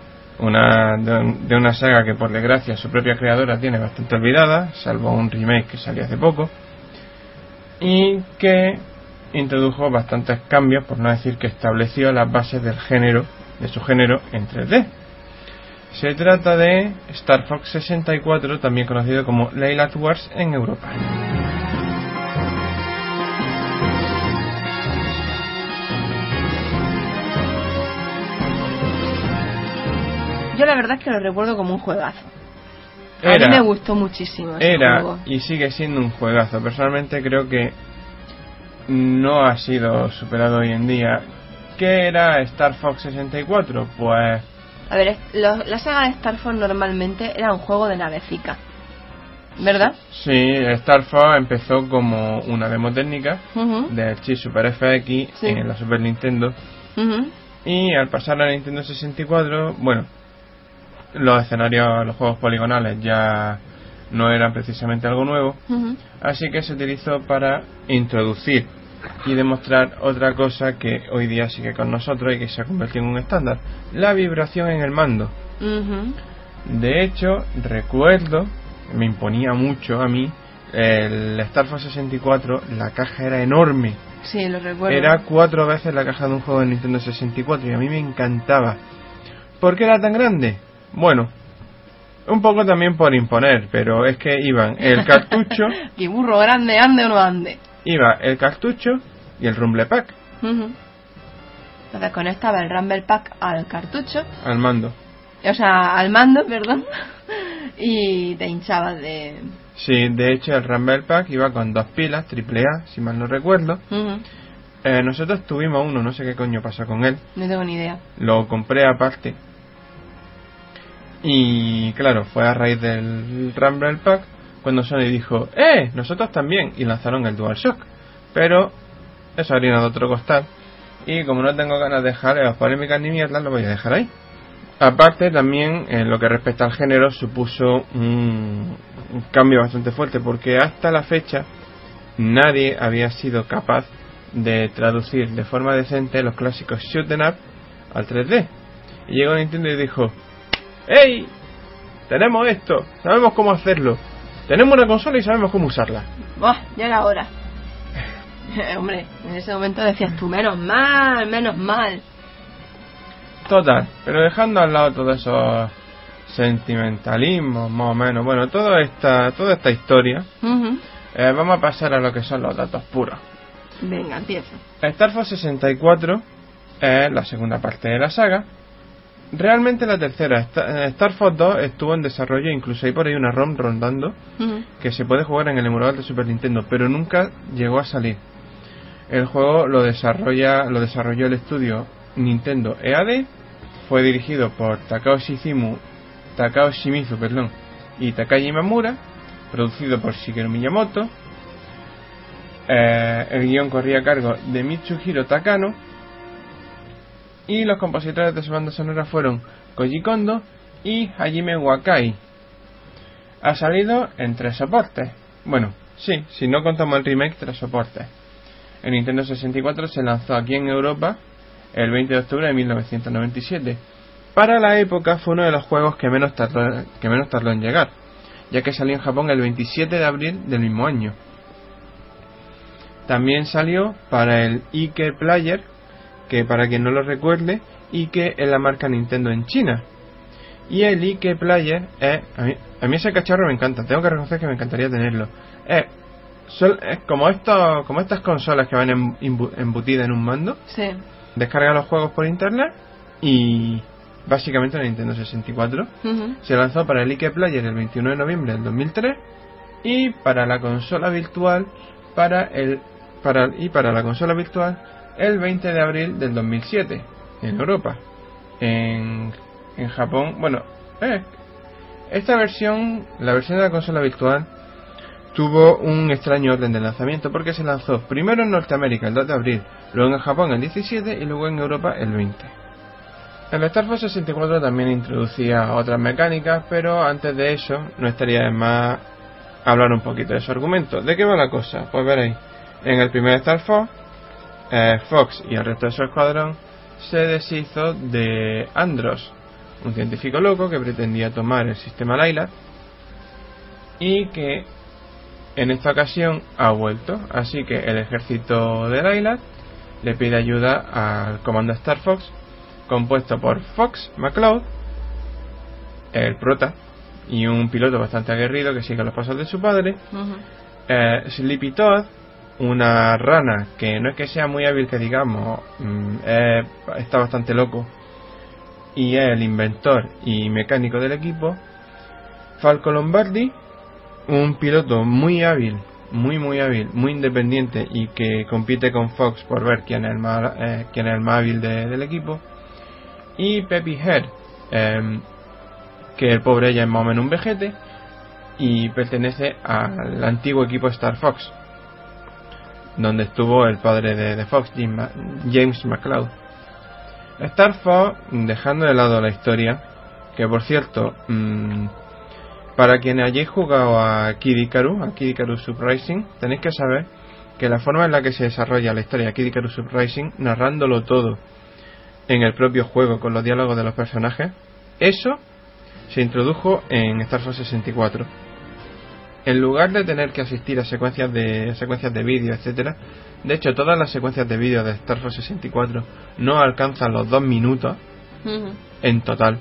Speaker 2: de una saga que por desgracia su propia creadora tiene bastante olvidada, salvo un remake que salió hace poco, y que introdujo bastantes cambios, por no decir que estableció las bases de su género en 3D. Se trata de Star Fox 64, también conocido como Lylat Wars en Europa.
Speaker 1: Yo la verdad es que lo recuerdo como un juegazo. A mí me gustó muchísimo ese juego.
Speaker 2: Y sigue siendo un juegazo. Personalmente creo que no ha sido superado hoy en día. ¿Qué era Star Fox 64? Pues...
Speaker 1: A ver, la saga de Star Fox normalmente era un juego de navecica, ¿verdad?
Speaker 2: Sí, Star Fox empezó como una demo técnica del chip Super FX en la Super Nintendo. Y al pasar a la Nintendo 64, bueno, los escenarios, los juegos poligonales ya no eran precisamente algo nuevo, así que se utilizó para introducir y demostrar otra cosa que hoy día sigue con nosotros y que se ha convertido en un estándar: la vibración en el mando. De hecho, recuerdo, me imponía mucho a mí el Star Fox 64, la caja era enorme.
Speaker 1: Sí, lo recuerdo.
Speaker 2: Era 4 veces la caja de un juego de Nintendo 64 y a mí me encantaba. ¿Por qué era tan grande? Bueno, un poco también por imponer, pero es que iban el cartucho...
Speaker 1: ¿Qué burro grande, ande o no ande?
Speaker 2: Iba el cartucho y el Rumble Pack.
Speaker 1: Entonces conectaba el Rumble Pack al cartucho.
Speaker 2: Al mando.
Speaker 1: O sea, al mando, perdón. Y te hinchabas de...
Speaker 2: Sí, de hecho el Rumble Pack iba con 2 pilas, AAA, si mal no recuerdo. Nosotros tuvimos uno, no sé qué coño pasó con él.
Speaker 1: No tengo ni idea.
Speaker 2: Lo compré aparte. Y claro, fue a raíz del Rumble Pack cuando Sony dijo, nosotros también, y lanzaron el DualShock. Pero eso harina de otro costal, y como no tengo ganas de dejar las polémicas ni mierdas, lo voy a dejar ahí. Aparte, también en lo que respecta al género supuso un cambio bastante fuerte, porque hasta la fecha nadie había sido capaz de traducir de forma decente los clásicos shoot 'em up al 3D. Y llegó Nintendo y dijo, ¡hey! Tenemos esto, sabemos cómo hacerlo, tenemos una consola y sabemos cómo usarla.
Speaker 1: ¡Buah! Ya era hora. Hombre, en ese momento decías tú, menos mal.
Speaker 2: Total, pero dejando al lado todos esos sentimentalismos, más o menos, bueno, toda esta historia, vamos a pasar a lo que son los datos puros.
Speaker 1: Venga, empieza.
Speaker 2: Star Fox 64 es la segunda parte de la saga. Realmente la tercera, Star Fox 2, estuvo en desarrollo, incluso hay por ahí una ROM rondando que se puede jugar en el emulador de Super Nintendo, pero nunca llegó a salir. El juego lo desarrolló el estudio Nintendo EAD, fue dirigido por Takao Shimizu y Takagi Mamura, producido por Shigeru Miyamoto. El guión corría a cargo de Mitsuhiro Takano y los compositores de su banda sonora fueron Koji Kondo y Hajime Wakai. Ha salido en 3 soportes. Bueno, sí, si no contamos el remake, 3 soportes. En Nintendo 64 se lanzó aquí en Europa el 20 de octubre de 1997. Para la época fue uno de los juegos que menos tardó en llegar, ya que salió en Japón el 27 de abril del mismo año. También salió para el Ike Player, que para quien no lo recuerde, Ike es la marca Nintendo en China. Y el Ike Player es... A mí ese cacharro me encanta, tengo que reconocer que me encantaría tenerlo. Es como estas consolas que van embutidas en un mando.
Speaker 1: Sí.
Speaker 2: Descarga los juegos por internet y básicamente la Nintendo 64 se lanzó para el Ike Player el 21 de noviembre del 2003 y para la consola virtual el 20 de abril del 2007 en Europa. En Japón, bueno, esta versión, la versión de la consola virtual, tuvo un extraño orden de lanzamiento porque se lanzó primero en Norteamérica el 2 de abril, luego en Japón el 17 y luego en Europa el 20. El Star Fox 64 también introducía otras mecánicas, pero antes de eso no estaría de más hablar un poquito de su argumento. ¿De qué va la cosa? Pues veréis, en el primer Star Fox, Fox y el resto de su escuadrón se deshizo de Andros, un científico loco que pretendía tomar el sistema Lylat y que en esta ocasión ha vuelto, así que el ejército de Lylat le pide ayuda al comando Star Fox, compuesto por Fox McCloud, el prota, y un piloto bastante aguerrido que sigue los pasos de su padre, Sleepy Toad, una rana que no es que sea muy hábil que digamos, está bastante loco y es el inventor y mecánico del equipo, Falco Lombardi, un piloto muy hábil, muy hábil, muy independiente y que compite con Fox por ver quién es el más hábil del equipo, y Peppy Head, que el pobre ella es más o menos un vejete y pertenece al antiguo equipo Star Fox, donde estuvo el padre de Fox, James McCloud. Star Fox, dejando de lado la historia, que por cierto, para quienes hayáis jugado a Kid Icarus Uprising, tenéis que saber que la forma en la que se desarrolla la historia de Kid Icarus Uprising, narrándolo todo en el propio juego con los diálogos de los personajes, eso se introdujo en Star Fox 64. En lugar de tener que asistir a secuencias de vídeo, etcétera, de hecho todas las secuencias de vídeo de Star Fox 64 no alcanzan los 2 minutos en total.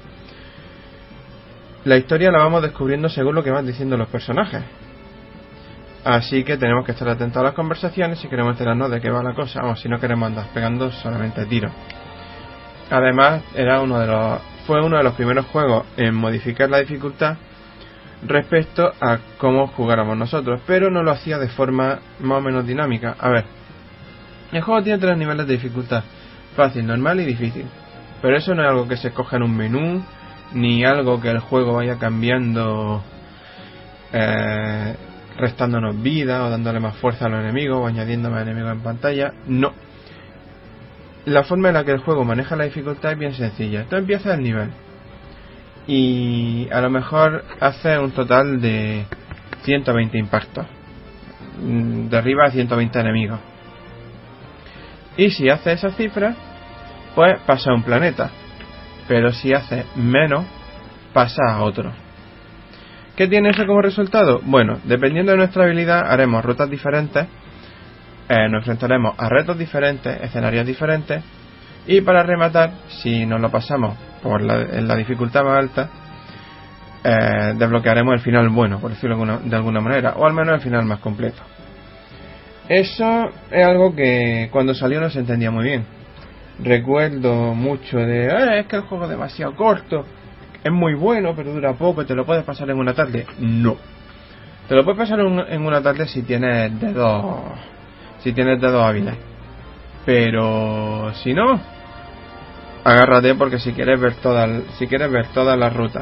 Speaker 2: La historia la vamos descubriendo según lo que van diciendo los personajes, así que tenemos que estar atentos a las conversaciones si queremos enterarnos de qué va la cosa, o si no queremos andar pegando solamente tiros. Además fue uno de los primeros juegos en modificar la dificultad respecto a cómo jugáramos nosotros, pero no lo hacía de forma más o menos dinámica. A ver, el juego tiene 3 niveles de dificultad: fácil, normal y difícil, pero eso no es algo que se escoja en un menú ni algo que el juego vaya cambiando, restándonos vida o dándole más fuerza a los enemigos o añadiendo más enemigos en pantalla. No. La forma en la que el juego maneja la dificultad es bien sencilla. Tú empiezas el nivel y a lo mejor haces un total de 120 impactos, derriba a 120 enemigos, y si haces esa cifra pues pasa a un planeta, pero si haces menos pasa a otro. ¿Qué tiene eso como resultado? Bueno, dependiendo de nuestra habilidad haremos rutas diferentes, nos enfrentaremos a retos diferentes, escenarios diferentes, y para rematar, si nos lo pasamos en la dificultad más alta, desbloquearemos el final bueno, por decirlo de alguna manera, o al menos el final más completo. Eso es algo que cuando salió no se entendía muy bien. Recuerdo mucho de es que el juego es demasiado corto, es muy bueno pero dura poco, te lo puedes pasar en una tarde. No, te lo puedes pasar en una tarde si tienes dedos hábiles, pero si no, agárrate, porque si quieres ver todas las rutas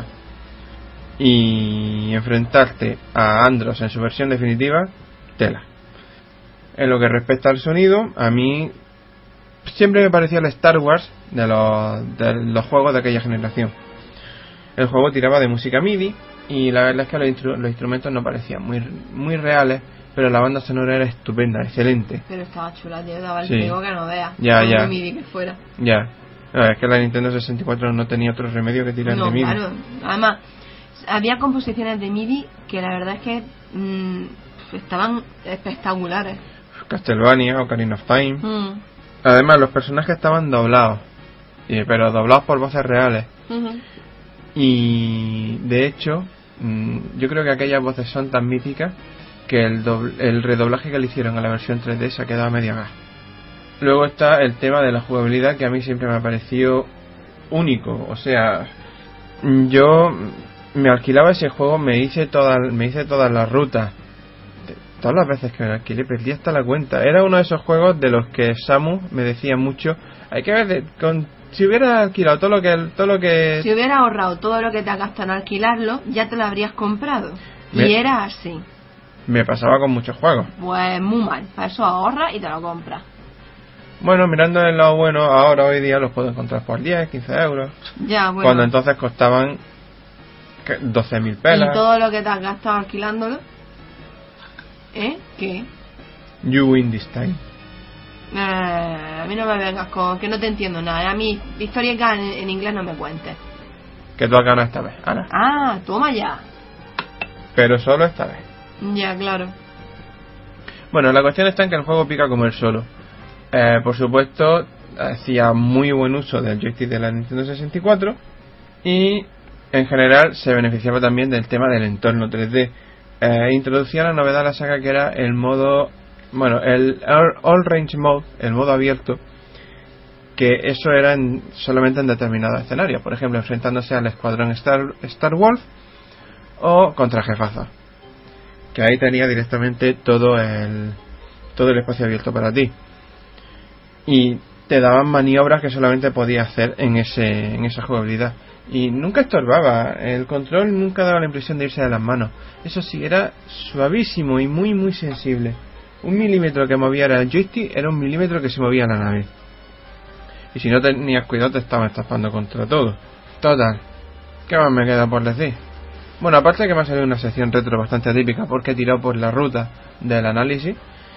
Speaker 2: y enfrentarte a Andros en su versión definitiva, tela. En lo que respecta al sonido, a mí siempre me pareció el Star Wars de los juegos de aquella generación. El juego tiraba de música MIDI y la verdad es que los instrumentos no parecían muy reales, pero la banda sonora era estupenda, excelente.
Speaker 1: Pero estaba chula, tío, daba el
Speaker 2: sí.
Speaker 1: pego que no veas.
Speaker 2: Ya.
Speaker 1: MIDI que fuera.
Speaker 2: Ya. Es que la Nintendo 64 no tenía otro remedio que tirar de MIDI.
Speaker 1: Claro. Además, había composiciones de MIDI que la verdad es que estaban espectaculares.
Speaker 2: Castlevania, Ocarina of Time. Además, los personajes estaban doblados, pero doblados por voces reales. Y de hecho, yo creo que aquellas voces son tan míticas que el redoblaje que le hicieron a la versión 3D se ha quedado a media gas. Luego está el tema de la jugabilidad, que a mí siempre me ha parecido único. O sea, yo me alquilaba ese juego, me hice todas las rutas. Todas las veces que me alquilé perdí hasta la cuenta. Era uno de esos juegos de los que Samu me decía mucho, hay que ver si hubiera alquilado todo lo que
Speaker 1: si hubiera ahorrado todo lo que te has gastado en alquilarlo, ya te lo habrías comprado. Y era así.
Speaker 2: Me pasaba con muchos juegos.
Speaker 1: Pues muy mal. Para eso ahorras y te lo compras.
Speaker 2: Bueno, mirando el lado bueno, ahora hoy día los puedo encontrar por 10, 15 euros.
Speaker 1: Ya, bueno.
Speaker 2: Cuando entonces costaban 12.000 pelas.
Speaker 1: ¿Y todo lo que te has gastado alquilándolo? ¿Qué?
Speaker 2: You win this time.
Speaker 1: A mí no me vengas con que no te entiendo nada. A mí historias en inglés no me cuentes.
Speaker 2: Que tú has ganado esta vez, Ana.
Speaker 1: Ah, toma ya.
Speaker 2: Pero solo esta vez.
Speaker 1: Ya, claro.
Speaker 2: Bueno, la cuestión está en que el juego pica como él solo. Por supuesto, hacía muy buen uso del joystick de la Nintendo 64 y en general se beneficiaba también del tema del entorno 3D. Introducía la novedad a la saga, que era el modo, el All Range Mode, el modo abierto, que eso era solamente en determinados escenarios, por ejemplo enfrentándose al escuadrón Star Wolf o contra jefazos, que ahí tenía directamente todo el espacio abierto para ti y te daban maniobras que solamente podías hacer en esa jugabilidad. Y nunca estorbaba, el control nunca daba la impresión de irse de las manos. Eso sí, era suavísimo y muy muy sensible. 1 milímetro que moviera el joystick era 1 milímetro que se movía la nave. Y si no tenías cuidado te estaban estampando contra todo. Total, ¿qué más me queda por decir? Bueno, aparte que me ha salido una sección retro bastante atípica porque he tirado por la ruta del análisis.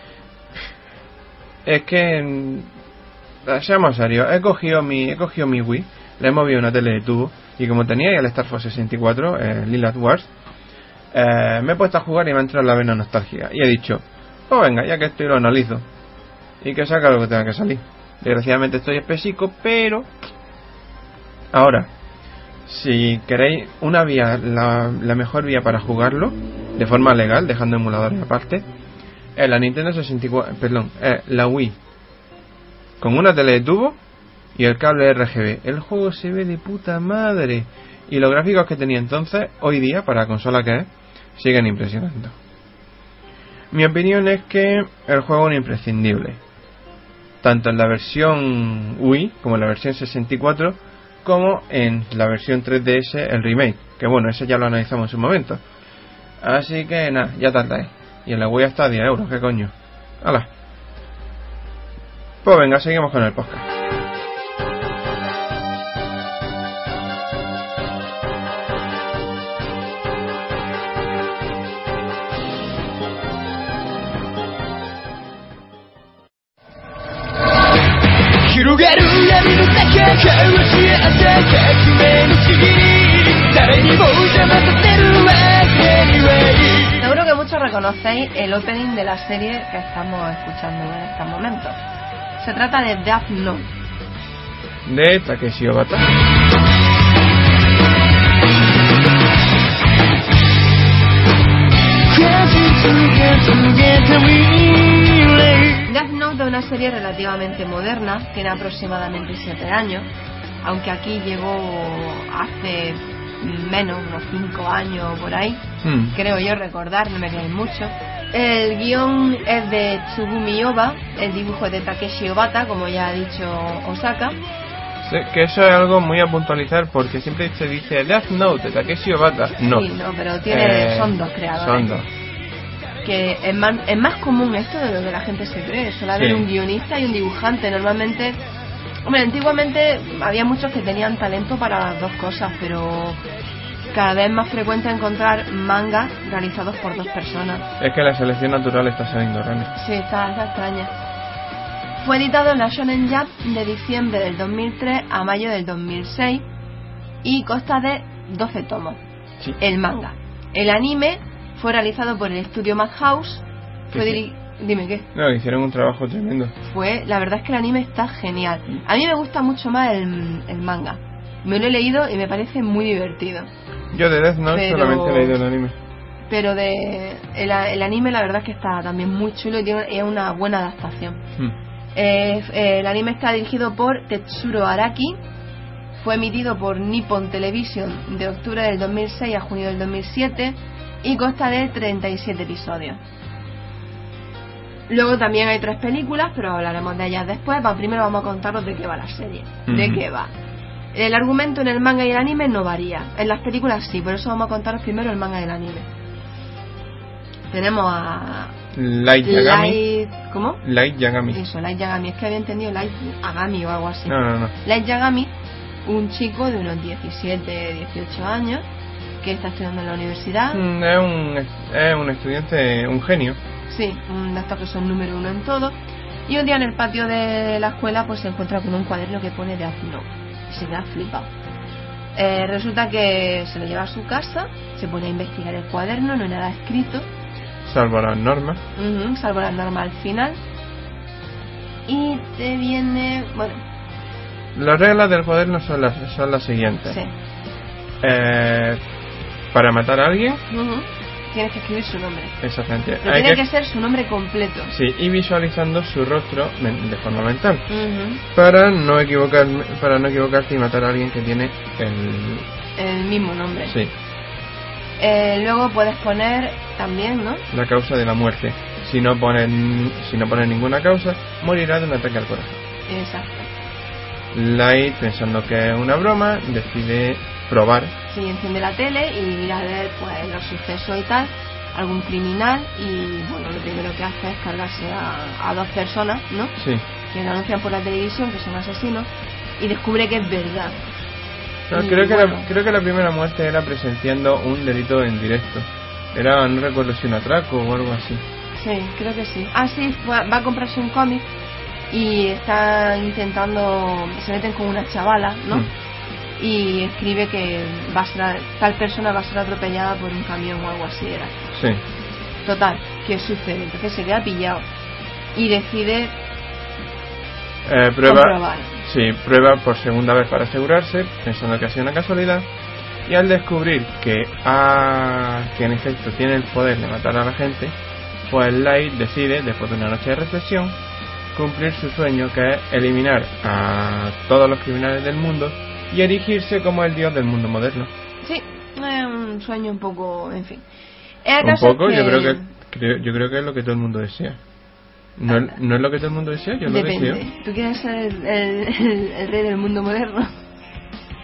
Speaker 2: Es que, seamos serios, he cogido mi Wii, le he movido una tele de tubo y como tenía el Star Fox 64, Lilith Wars, me he puesto a jugar y me ha entrado la vena nostálgica y he dicho, pues venga, ya que estoy lo analizo y que saca lo que tenga que salir. Desgraciadamente estoy espesico, pero ahora, si queréis una vía, la mejor vía para jugarlo de forma legal, dejando emuladores aparte, es la Nintendo 64, la Wii con una tele de tubo y el cable RGB. El juego se ve de puta madre y los gráficos que tenía entonces, hoy día para la consola que es, siguen impresionando. Mi opinión es que el juego es imprescindible, tanto en la versión Wii como en la versión 64. como en la versión 3DS, el remake, que bueno, ese ya lo analizamos en su momento. Así que nada, ya tardáis. Y en la Wii está a 10 euros, ¿qué coño? ¡Hala! Pues venga, seguimos con el podcast.
Speaker 1: Seguro que muchos reconocéis el opening de la serie que estamos escuchando en estos momentos. Se trata de Death Note,
Speaker 2: de Takeshi Obata.
Speaker 1: Death Note es una serie relativamente moderna, tiene aproximadamente 7 años, aunque aquí llegó hace menos, unos 5 años por ahí, creo yo recordar, no me creáis mucho. El guión es de Tsugumi Ohba, el dibujo es de Takeshi Obata, como ya ha dicho Osaka.
Speaker 2: Sí, que eso es algo muy a puntualizar, porque siempre se dice Death Note de Takeshi Obata. No,
Speaker 1: sí, no, pero son dos creadores.
Speaker 2: Son dos.
Speaker 1: Que es más común esto de lo que la gente se cree. Suele haber un guionista y un dibujante. Normalmente, hombre, antiguamente había muchos que tenían talento para las dos cosas, pero cada vez es más frecuente encontrar mangas realizados por dos personas.
Speaker 2: Es que la selección natural está saliendo grande.
Speaker 1: Sí, está extraña. Fue editado en la Shonen Jump de diciembre del 2003 a mayo del 2006 y consta de 12 tomos.
Speaker 2: Sí.
Speaker 1: El manga. El anime fue realizado por el estudio Madhouse. Dime qué.
Speaker 2: No, hicieron un trabajo tremendo.
Speaker 1: La verdad es que el anime está genial. A mí me gusta mucho más el manga. Me lo he leído y me parece muy divertido.
Speaker 2: Yo de Death Note solamente he leído el anime.
Speaker 1: Pero el anime la verdad es que está también muy chulo y es una buena adaptación. El anime está dirigido por Tetsuro Araki. Fue emitido por Nippon Television de octubre del 2006 a junio del 2007 y consta de 37 episodios. Luego también hay 3 películas, pero hablaremos de ellas después. Primero vamos a contaros de qué va la serie. ¿De qué va? El argumento en el manga y el anime no varía. En las películas sí, por eso vamos a contaros primero el manga y el anime. Tenemos a
Speaker 2: Light Yagami.
Speaker 1: ¿Cómo?
Speaker 2: Light Yagami.
Speaker 1: Eso, Light Yagami. Es que había entendido Light Agami o algo así.
Speaker 2: No.
Speaker 1: Light Yagami, un chico de unos 17, 18 años que está estudiando en la universidad.
Speaker 2: Es un estudiante, un genio.
Speaker 1: Sí, de estos que son número 1 en todo. Y un día en el patio de la escuela pues se encuentra con un cuaderno que pone Death Note y se queda flipado. Resulta que se lo lleva a su casa, se pone a investigar el cuaderno, no hay nada escrito,
Speaker 2: salvo las normas.
Speaker 1: Salvo las normas al final. Y te viene... Bueno,
Speaker 2: las reglas del cuaderno son las siguientes.
Speaker 1: Sí.
Speaker 2: Para matar a alguien
Speaker 1: tienes que escribir su nombre.
Speaker 2: Exactamente.
Speaker 1: Pero tiene que ser su nombre completo.
Speaker 2: Sí, y visualizando su rostro de forma mental. Para no equivocarte y matar a alguien que tiene
Speaker 1: el mismo nombre.
Speaker 2: Sí.
Speaker 1: Luego puedes poner también, ¿no?,
Speaker 2: la causa de la muerte. Si no pones ninguna causa, morirá de un ataque al corazón.
Speaker 1: Exacto.
Speaker 2: Light, pensando que es una broma, decide probar.
Speaker 1: Sí, enciende la tele y ir a ver pues los sucesos y tal, algún criminal, y bueno, lo primero que hace es cargarse a 2 personas, ¿no?
Speaker 2: Sí.
Speaker 1: Que lo anuncian por la televisión que son asesinos, y descubre que es verdad.
Speaker 2: No, creo que la primera muerte era presenciando un delito en directo. Era, no recuerdo si un atraco o algo así.
Speaker 1: Sí, creo que sí. Sí, va a comprarse un cómic y está intentando, se meten con una chavala, ¿no? Y escribe que tal persona va a ser atropellada por un camión o algo así era.
Speaker 2: Sí.
Speaker 1: Total, ¿qué sucede? Entonces se queda pillado y decide comprobar.
Speaker 2: Sí, prueba por segunda vez para asegurarse, pensando que ha sido una casualidad, y al descubrir que en efecto tiene el poder de matar a la gente, pues Light decide, después de una noche de reflexión, cumplir su sueño, que es eliminar a todos los criminales del mundo y erigirse como el dios del mundo moderno.
Speaker 1: Sí, es un sueño un poco, en fin.
Speaker 2: Un poco, yo creo que es lo que todo el mundo desea. ¿No es lo que todo el mundo desea? Yo lo deseo.
Speaker 1: ¿Tú quieres ser el rey del mundo moderno?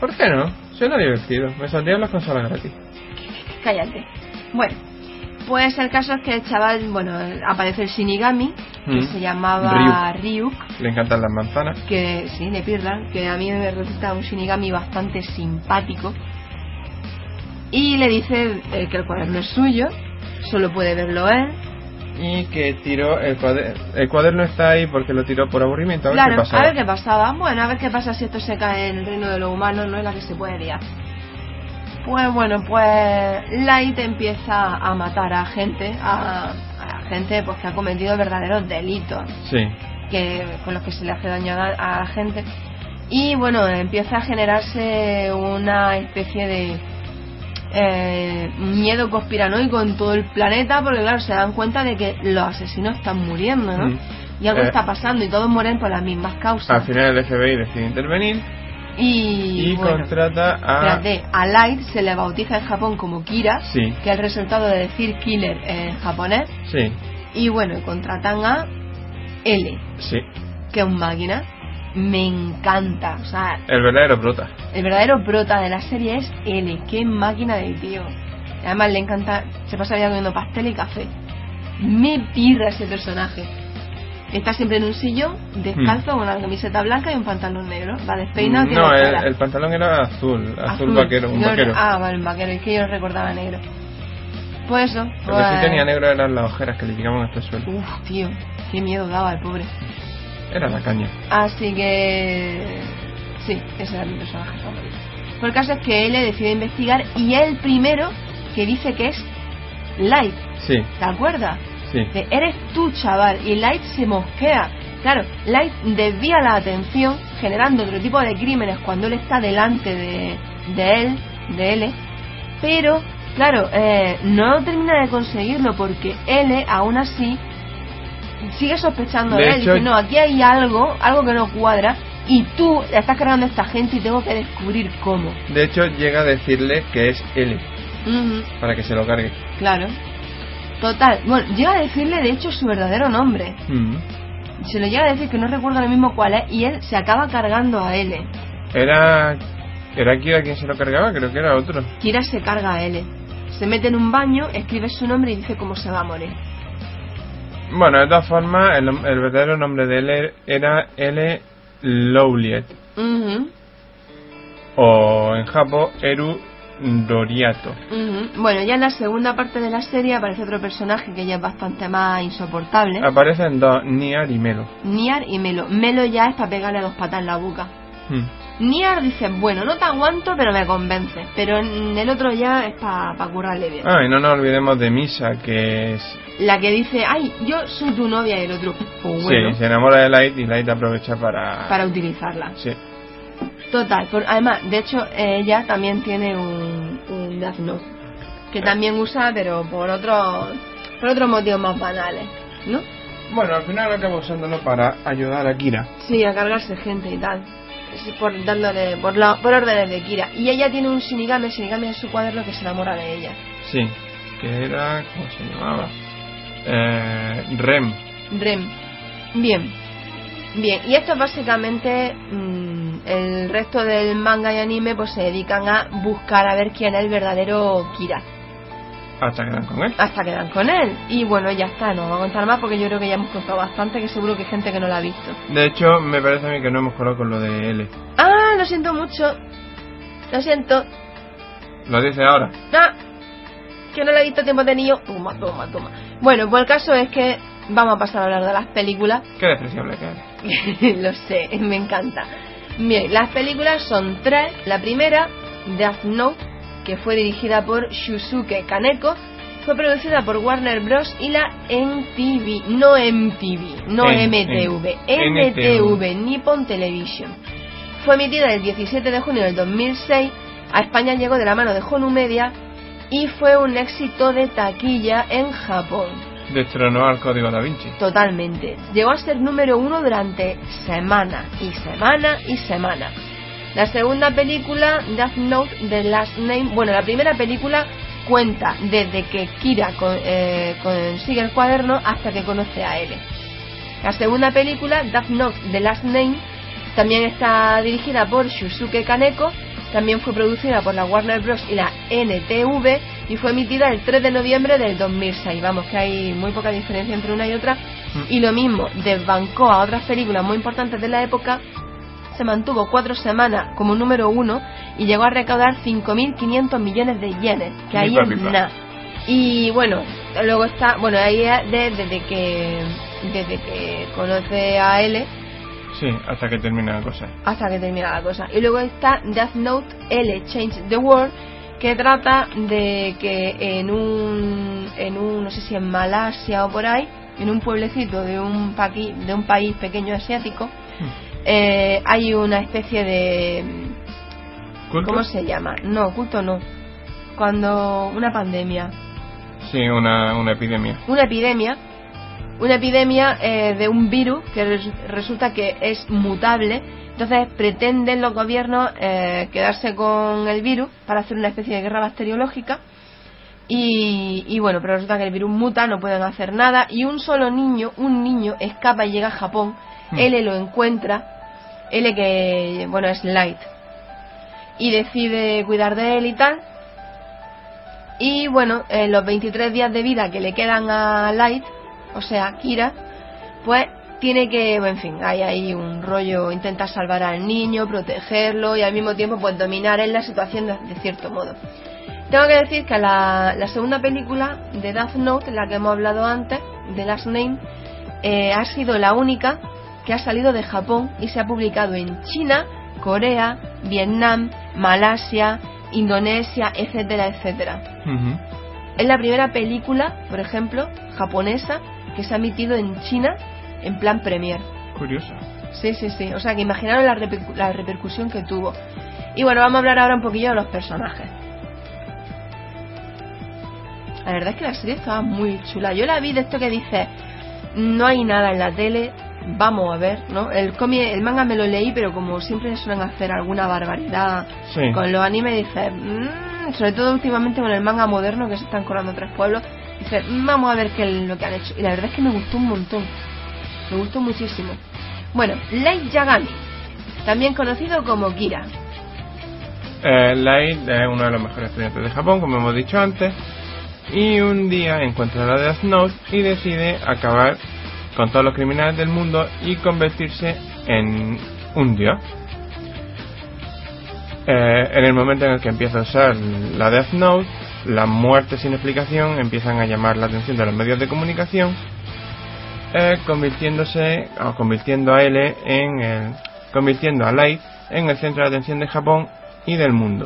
Speaker 2: ¿Por qué no? Suena divertido. Me saldrían las consolas gratis.
Speaker 1: Cállate. Bueno, pues el caso es que el chaval, bueno, aparece el Shinigami, que se llamaba Ryuk.
Speaker 2: Le encantan las manzanas.
Speaker 1: Que sí, le pierdan, que a mí me resulta un Shinigami bastante simpático. Y le dice que el cuaderno es suyo, solo puede verlo él.
Speaker 2: Y que tiró el cuaderno está ahí porque lo tiró por aburrimiento. A ver qué pasaba.
Speaker 1: A ver qué pasaba. Bueno, a ver qué pasa si esto se cae en el reino de los humanos, no es la que se puede liar. Pues bueno, pues Light empieza a matar a gente, a gente pues que ha cometido verdaderos delitos.
Speaker 2: Sí.
Speaker 1: Con los que se le hace daño a la gente. Y bueno, empieza a generarse una especie de miedo conspiranoico en todo el planeta, porque claro, se dan cuenta de que los asesinos están muriendo, ¿no? Y algo está pasando y todos mueren por las mismas causas.
Speaker 2: Al final el FBI decide intervenir y bueno, contrata
Speaker 1: a Light se le bautiza en Japón como Kira,
Speaker 2: sí,
Speaker 1: que es el resultado de decir killer en japonés.
Speaker 2: Sí.
Speaker 1: Y bueno, contratan a L,
Speaker 2: sí,
Speaker 1: que es un máquina. Me encanta, o sea,
Speaker 2: el verdadero prota. El
Speaker 1: verdadero prota de la serie es L, qué máquina de tío. Además le encanta, se pasa la vida comiendo pastel y café. Me pirra ese personaje. Está siempre en un sillón, descalzo, con una camiseta blanca y un pantalón negro. Va despeinado.
Speaker 2: No, el pantalón era azul vaquero, un vaquero.
Speaker 1: Ah, vale, un vaquero, es que yo lo recordaba negro. Pues eso.
Speaker 2: Lo que sí tenía negro eran las ojeras que le llegaban hasta el suelo.
Speaker 1: Uf, tío, qué miedo daba el pobre.
Speaker 2: Era la caña.
Speaker 1: Así que sí, ese era mi personaje favorito. Por el caso es que él decide investigar y él primero que dice que es Light.
Speaker 2: Sí.
Speaker 1: ¿Te acuerdas?
Speaker 2: Sí.
Speaker 1: De, eres tú, chaval. Y Light se mosquea. Claro, Light desvía la atención generando otro tipo de crímenes cuando él está delante de él. Pero, claro, no termina de conseguirlo porque él aún así sigue sospechando de él. Dice, no, aquí hay algo que no cuadra y tú estás cargando a esta gente y tengo que descubrir cómo.
Speaker 2: De hecho, llega a decirle que es L, para que se lo cargue.
Speaker 1: Claro. Total. Bueno, llega a decirle de hecho su verdadero nombre. Se lo llega a decir, que no recuerdo ahora mismo cuál es, y él se acaba cargando a L.
Speaker 2: ¿Era Kira quien se lo cargaba? Creo que era otro.
Speaker 1: Kira se carga a L. Se mete en un baño, escribe su nombre y dice cómo se va a morir.
Speaker 2: Bueno, de todas formas, el verdadero nombre de él era L. Lowliet. O en Japón, Eru Doriato.
Speaker 1: Bueno, ya en la segunda parte de la serie aparece otro personaje que ya es bastante más insoportable.
Speaker 2: Aparecen dos, Niar y Melo.
Speaker 1: Niar y Melo. Melo ya es para pegarle a 2 patas en la boca. Niar dice, bueno, no te aguanto, pero me convence. Pero en el otro ya es para currarle bien.
Speaker 2: Y no nos olvidemos de Misa, que es
Speaker 1: la que dice, ay, yo soy tu novia, y el otro, pues bueno.
Speaker 2: Sí, se enamora de Light y Light aprovecha para utilizarla. Sí.
Speaker 1: Total, además, de hecho, ella también tiene un Death Note, que también usa, pero por otros motivos más banales, ¿no?
Speaker 2: Bueno, al final acaba usándolo para ayudar a Kira.
Speaker 1: Sí, a cargarse gente y tal. Por órdenes de Kira. Y ella tiene un Shinigami, el Shinigami es su cuaderno, que se enamora de ella.
Speaker 2: Sí, que era, ¿cómo se llamaba? Rem.
Speaker 1: Bien, y esto básicamente el resto del manga y anime pues se dedican a buscar a ver quién es el verdadero Kira.
Speaker 2: Hasta que dan con él. Y bueno, ya está, no voy a contar más porque yo creo que ya hemos contado bastante, que seguro que hay gente que no la ha visto. De hecho, me parece a mí que no hemos colado con lo de L. Ah, lo siento mucho. Lo siento. ¿Lo dice ahora? Que no lo he visto, tiempo de niño. Toma. Bueno, pues el caso es que vamos a pasar a hablar de las películas. Qué despreciable que eres. Lo sé, me encanta. Bien, las películas son 3. La primera, Death Note, que fue dirigida por Shusuke Kaneko, fue producida por Warner Bros. Y la NTV, no MTV, NTV, Nippon Television. Fue emitida el 17 de junio del 2006, a España llegó de la mano de Honu Media y fue un éxito de taquilla en Japón. Destronó al Código Da Vinci. Totalmente. Llegó a ser número 1 durante semana. La segunda película, Death Note, The Last Name. Bueno, la primera película cuenta desde que Kira consigue el cuaderno hasta que conoce a L. La segunda película, Death Note, The Last Name, también está dirigida por Shusuke Kaneko
Speaker 1: también fue producida por la Warner Bros. Y la NTV y fue emitida el 3 de noviembre del 2006. Vamos, que hay muy poca diferencia entre una y otra. Y lo mismo, desbancó a otras películas muy importantes de la época. Se mantuvo 4 semanas como número 1 y llegó a recaudar 5.500 millones de yenes, que ahí es nada. Y bueno, luego está, bueno, ahí es desde que conoce a L.
Speaker 2: Sí, hasta que termina la cosa.
Speaker 1: Hasta que termina la cosa. Y luego está Death Note, L Change the World, que trata de que en un no sé si en Malasia o por ahí, en un pueblecito de un país pequeño asiático, hay una especie de...
Speaker 2: ¿Culto?
Speaker 1: ¿Cómo se llama? No, culto no. Cuando una pandemia.
Speaker 2: Sí, una epidemia.
Speaker 1: Una epidemia de un virus que resulta que es mutable. Entonces pretenden los gobiernos quedarse con el virus para hacer una especie de guerra bacteriológica. Y bueno, pero resulta que el virus muta, no pueden hacer nada. Y un niño escapa y llega a Japón. L lo encuentra. L, que bueno, es Light, y decide cuidar de él y tal. Y bueno, los 23 días de vida que le quedan a Light, o sea, Kira, pues tiene que, en fin, hay un rollo, intenta salvar al niño, protegerlo y al mismo tiempo pues dominar en la situación de cierto modo. Tengo que decir que la segunda película de Death Note, la que hemos hablado antes, The Last Name, ha sido la única que ha salido de Japón y se ha publicado en China, Corea, Vietnam, Malasia, Indonesia, etcétera, etcétera. Es la primera película, por ejemplo, japonesa que se ha emitido en China en plan premier.
Speaker 2: Curioso.
Speaker 1: Sí. O sea, que imaginaros la repercusión que tuvo. Y bueno, vamos a hablar ahora un poquillo de los personajes. La verdad es que la serie estaba muy chula. Yo la vi de esto que dice, no hay nada en la tele, vamos a ver, ¿no? El manga me lo leí, pero como siempre suelen hacer alguna barbaridad con los animes, dices, sobre todo últimamente con el manga moderno que se están colando 3 pueblos, dices, vamos a ver qué es lo que han hecho. Y la verdad es que me gustó un montón, me gustó muchísimo. Bueno, Light Yagami, también conocido como Kira.
Speaker 2: Light es uno de los mejores estudiantes de Japón, como hemos dicho antes, y un día encuentra la Death Note y decide acabar con todos los criminales del mundo y convertirse en un dios. En el momento en el que empieza a usar la Death Note, las muertes sin explicación empiezan a llamar la atención de los medios de comunicación, convirtiendo a Light en el centro de atención de Japón y del mundo.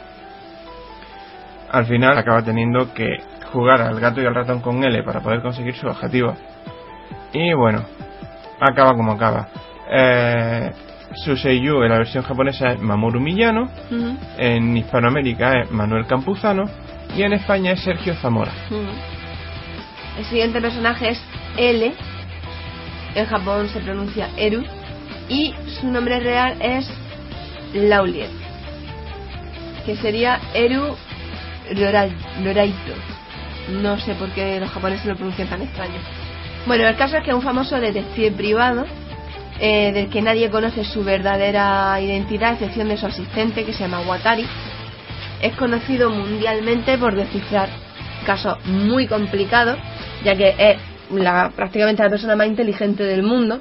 Speaker 2: Al final acaba teniendo que jugar al gato y al ratón con L para poder conseguir su objetivo. Y bueno, acaba como acaba. Su seiyuu en la versión japonesa es Mamoru Miyano, en Hispanoamérica es Manuel Campuzano y en España es Sergio Zamora.
Speaker 1: El siguiente personaje es L, en Japón se pronuncia Eru, y su nombre real es Lauliet, que sería Eru Roraito. No sé por qué los japoneses lo pronuncian tan extraño. Bueno, el caso es que un famoso detective privado, del que nadie conoce su verdadera identidad a excepción de su asistente, que se llama Watari, es conocido mundialmente por descifrar casos muy complicados, ya que es prácticamente la persona más inteligente del mundo.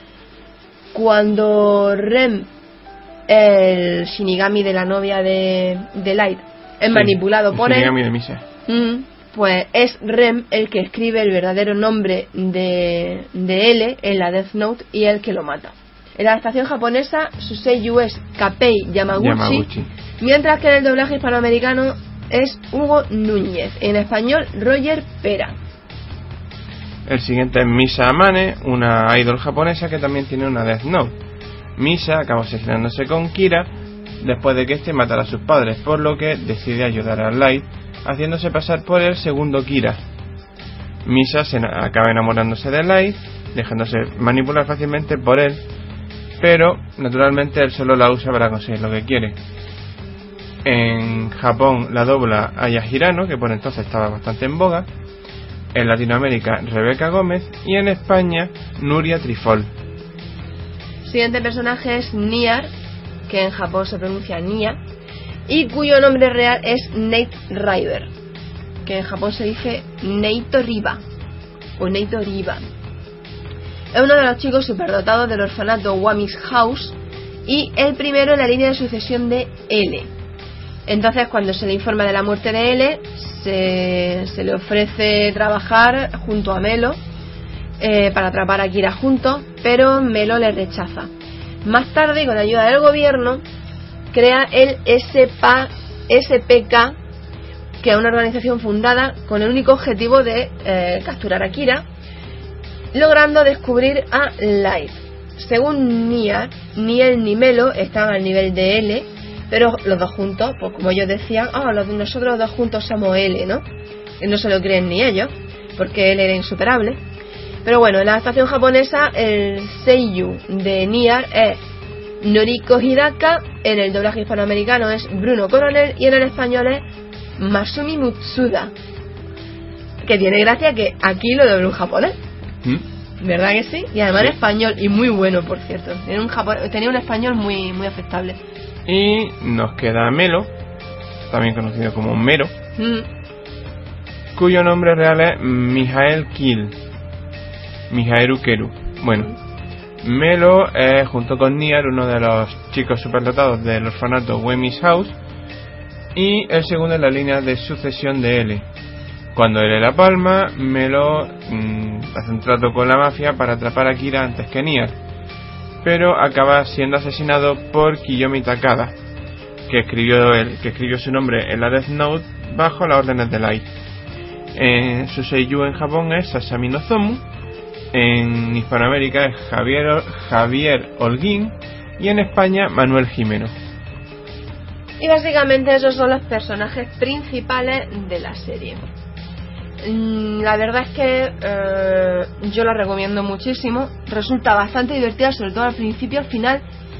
Speaker 1: Cuando Rem, el Shinigami de la novia de Light, es manipulado por él,
Speaker 2: Shinigami de Misa,
Speaker 1: pues es Rem el que escribe el verdadero nombre de L en la Death Note y el que lo mata. En la adaptación japonesa su seiyuu es Kapei Yamaguchi, mientras que en el doblaje hispanoamericano es Hugo Núñez, en español Roger Pera.
Speaker 2: El siguiente es Misa Amane, una idol japonesa que también tiene una Death Note. Misa acaba obsesionándose con Kira después de que este matara a sus padres, por lo que decide ayudar a Light haciéndose pasar por el segundo Kira. Misa se acaba enamorándose de Light, dejándose manipular fácilmente por él, pero naturalmente él solo la usa para conseguir lo que quiere. En Japón la dobla Aya Hirano, que por entonces estaba bastante en boga. En Latinoamérica Rebeca Gómez y en España Nuria Trifol.
Speaker 1: Siguiente personaje es Niar, que en Japón se pronuncia Nia, y cuyo nombre real es Nate River, que en Japón se dice Neito Riba o Neito Riba. Es uno de los chicos superdotados del orfanato Wami's House y el primero en la línea de sucesión de L. Entonces, cuando se le informa de la muerte de L, se le ofrece trabajar junto a Melo para atrapar a Kira juntos, pero Melo le rechaza. Más tarde, con ayuda del gobierno, crea el SPK, que es una organización fundada con el único objetivo de capturar a Kira, logrando descubrir a Light. Según Niar, ni él ni Melo estaban al nivel de L, pero los dos juntos, pues como ellos decían, nosotros los dos juntos somos L, ¿no? Y no se lo creen ni ellos, porque él era insuperable. Pero bueno, en la adaptación japonesa, el seiyuu de Niar es Noriko Hidaka, en el doblaje hispanoamericano es Bruno Coronel y en el español es Masumi Mutsuda. Que tiene gracia que aquí lo dobló un japonés. ¿Verdad que sí? Y además en español, y muy bueno, por cierto. Tenía un español muy, muy aceptable.
Speaker 2: Y nos queda Melo, también conocido como Mero, cuyo nombre real es Mihael Keru. Bueno, Melo es, junto con Niar, uno de los chicos superdotados del orfanato Wami's House y el segundo en la línea de sucesión de L. Cuando L la palma, Melo hace un trato con la mafia para atrapar a Kira antes que Niar, pero acaba siendo asesinado por Kiyomi Takada, que escribió su nombre en la Death Note bajo las órdenes de Light. Su seiyuu en Japón es Sasami Nozomu, en Hispanoamérica es Javier Holguín y en España Manuel Jimeno.
Speaker 1: Y básicamente esos son los personajes principales de la serie. La verdad es que yo la recomiendo muchísimo. Resulta bastante divertida, sobre todo al principio. Al final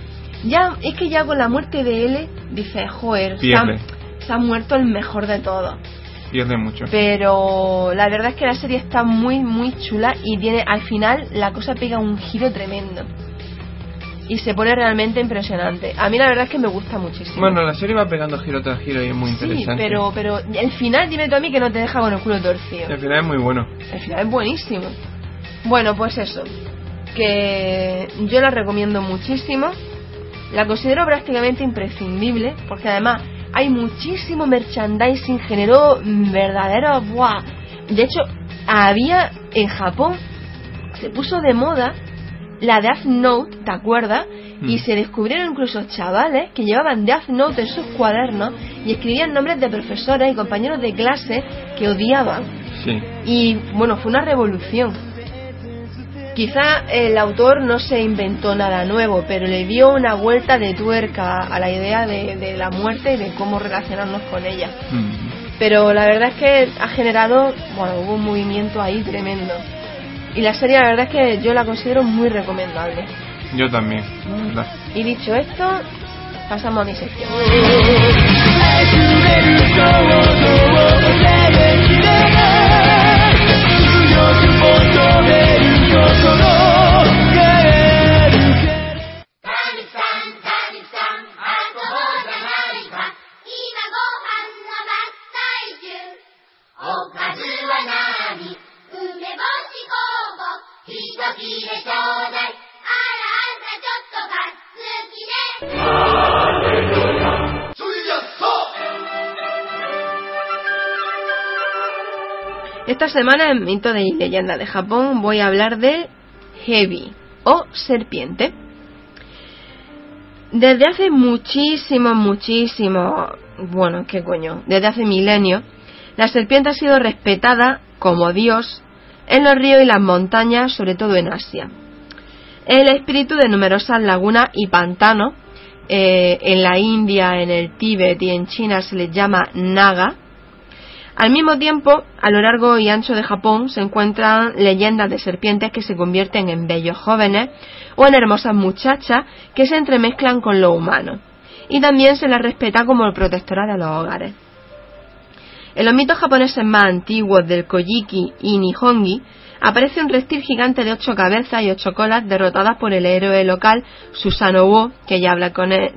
Speaker 1: ya con la muerte de L dices, joder, se ha muerto el mejor de todos.
Speaker 2: Pierde mucho.
Speaker 1: Pero la verdad es que la serie está muy muy chula y al final la cosa pega un giro tremendo y se pone realmente impresionante. A mí la verdad es que me gusta muchísimo.
Speaker 2: Bueno, la serie va pegando giro tras giro y es muy interesante.
Speaker 1: Sí, pero el final, dime tú a mí que no te deja con el culo torcido.
Speaker 2: El final es muy bueno.
Speaker 1: El final es buenísimo. Bueno, pues eso, que yo la recomiendo muchísimo. La considero prácticamente imprescindible, porque además hay muchísimo merchandising, generó verdadero ¡buah! De hecho, había en Japón, se puso de moda la Death Note, ¿te acuerdas? Y se descubrieron incluso chavales que llevaban Death Note en sus cuadernos y escribían nombres de profesores y compañeros de clase que odiaban.
Speaker 2: Sí.
Speaker 1: Y bueno, fue una revolución. Quizá el autor no se inventó nada nuevo, pero le dio una vuelta de tuerca a la idea de la muerte y de cómo relacionarnos con ella. Pero la verdad es que ha generado, hubo un movimiento ahí tremendo. Y la serie, la verdad es que yo la considero muy recomendable.
Speaker 2: Yo también, ¿verdad?
Speaker 1: Y dicho esto, pasamos a mi sección. Esta semana en Mito de Leyenda de Japón voy a hablar de Hebi o serpiente. Desde hace desde hace milenios, la serpiente ha sido respetada como dios en los ríos y las montañas, sobre todo en Asia. El espíritu de numerosas lagunas y pantanos, en la India, en el Tíbet y en China se les llama naga. Al mismo tiempo, a lo largo y ancho de Japón se encuentran leyendas de serpientes que se convierten en bellos jóvenes o en hermosas muchachas que se entremezclan con lo humano. Y también se las respeta como protectora de los hogares. En los mitos japoneses más antiguos del Kojiki y Nihongi aparece un reptil gigante de 8 cabezas y 8 colas derrotadas por el héroe local Susanoo, que ya hablé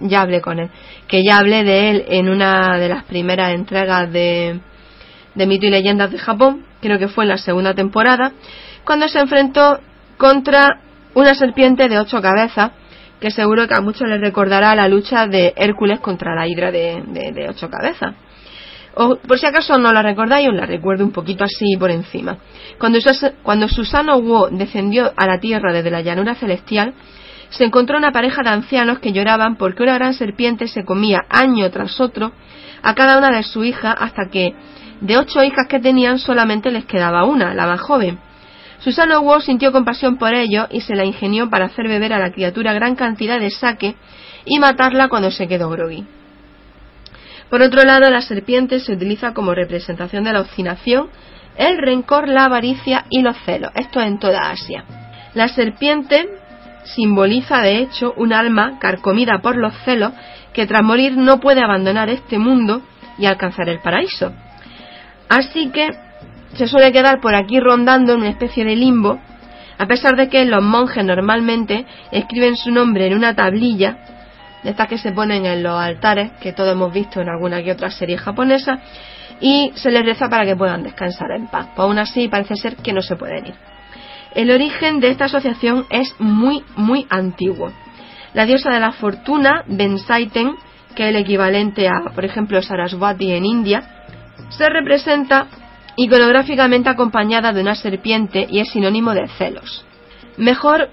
Speaker 1: de él en una de las primeras entregas de Mito y Leyendas de Japón, creo que fue en la segunda temporada, cuando se enfrentó contra una serpiente de 8 cabezas, que seguro que a muchos les recordará la lucha de Hércules contra la hidra de 8 cabezas. O por si acaso no la recordáis, os la recuerdo un poquito así por encima. Cuando Susanoo descendió a la tierra desde la llanura celestial, se encontró una pareja de ancianos que lloraban porque una gran serpiente se comía año tras otro a cada una de sus hijas, hasta que de 8 hijas que tenían solamente les quedaba una, la más joven. Susanoo sintió compasión por ellos y se la ingenió para hacer beber a la criatura gran cantidad de sake y matarla cuando se quedó groggy. Por otro lado, la serpiente se utiliza como representación de la obstinación, el rencor, la avaricia y los celos. Esto en toda Asia. La serpiente simboliza, de hecho, un alma carcomida por los celos que tras morir no puede abandonar este mundo y alcanzar el paraíso. Así que se suele quedar por aquí rondando en una especie de limbo, a pesar de que los monjes normalmente escriben su nombre en una tablilla, de estas que se ponen en los altares, que todos hemos visto en alguna que otra serie japonesa, y se les reza para que puedan descansar en paz. Pues aún así parece ser que no se pueden ir. El origen de esta asociación es muy, muy antiguo. La diosa de la fortuna, Benzaiten, que es el equivalente a, por ejemplo, Saraswati en India, se representa iconográficamente acompañada de una serpiente y es sinónimo de celos. Es mejor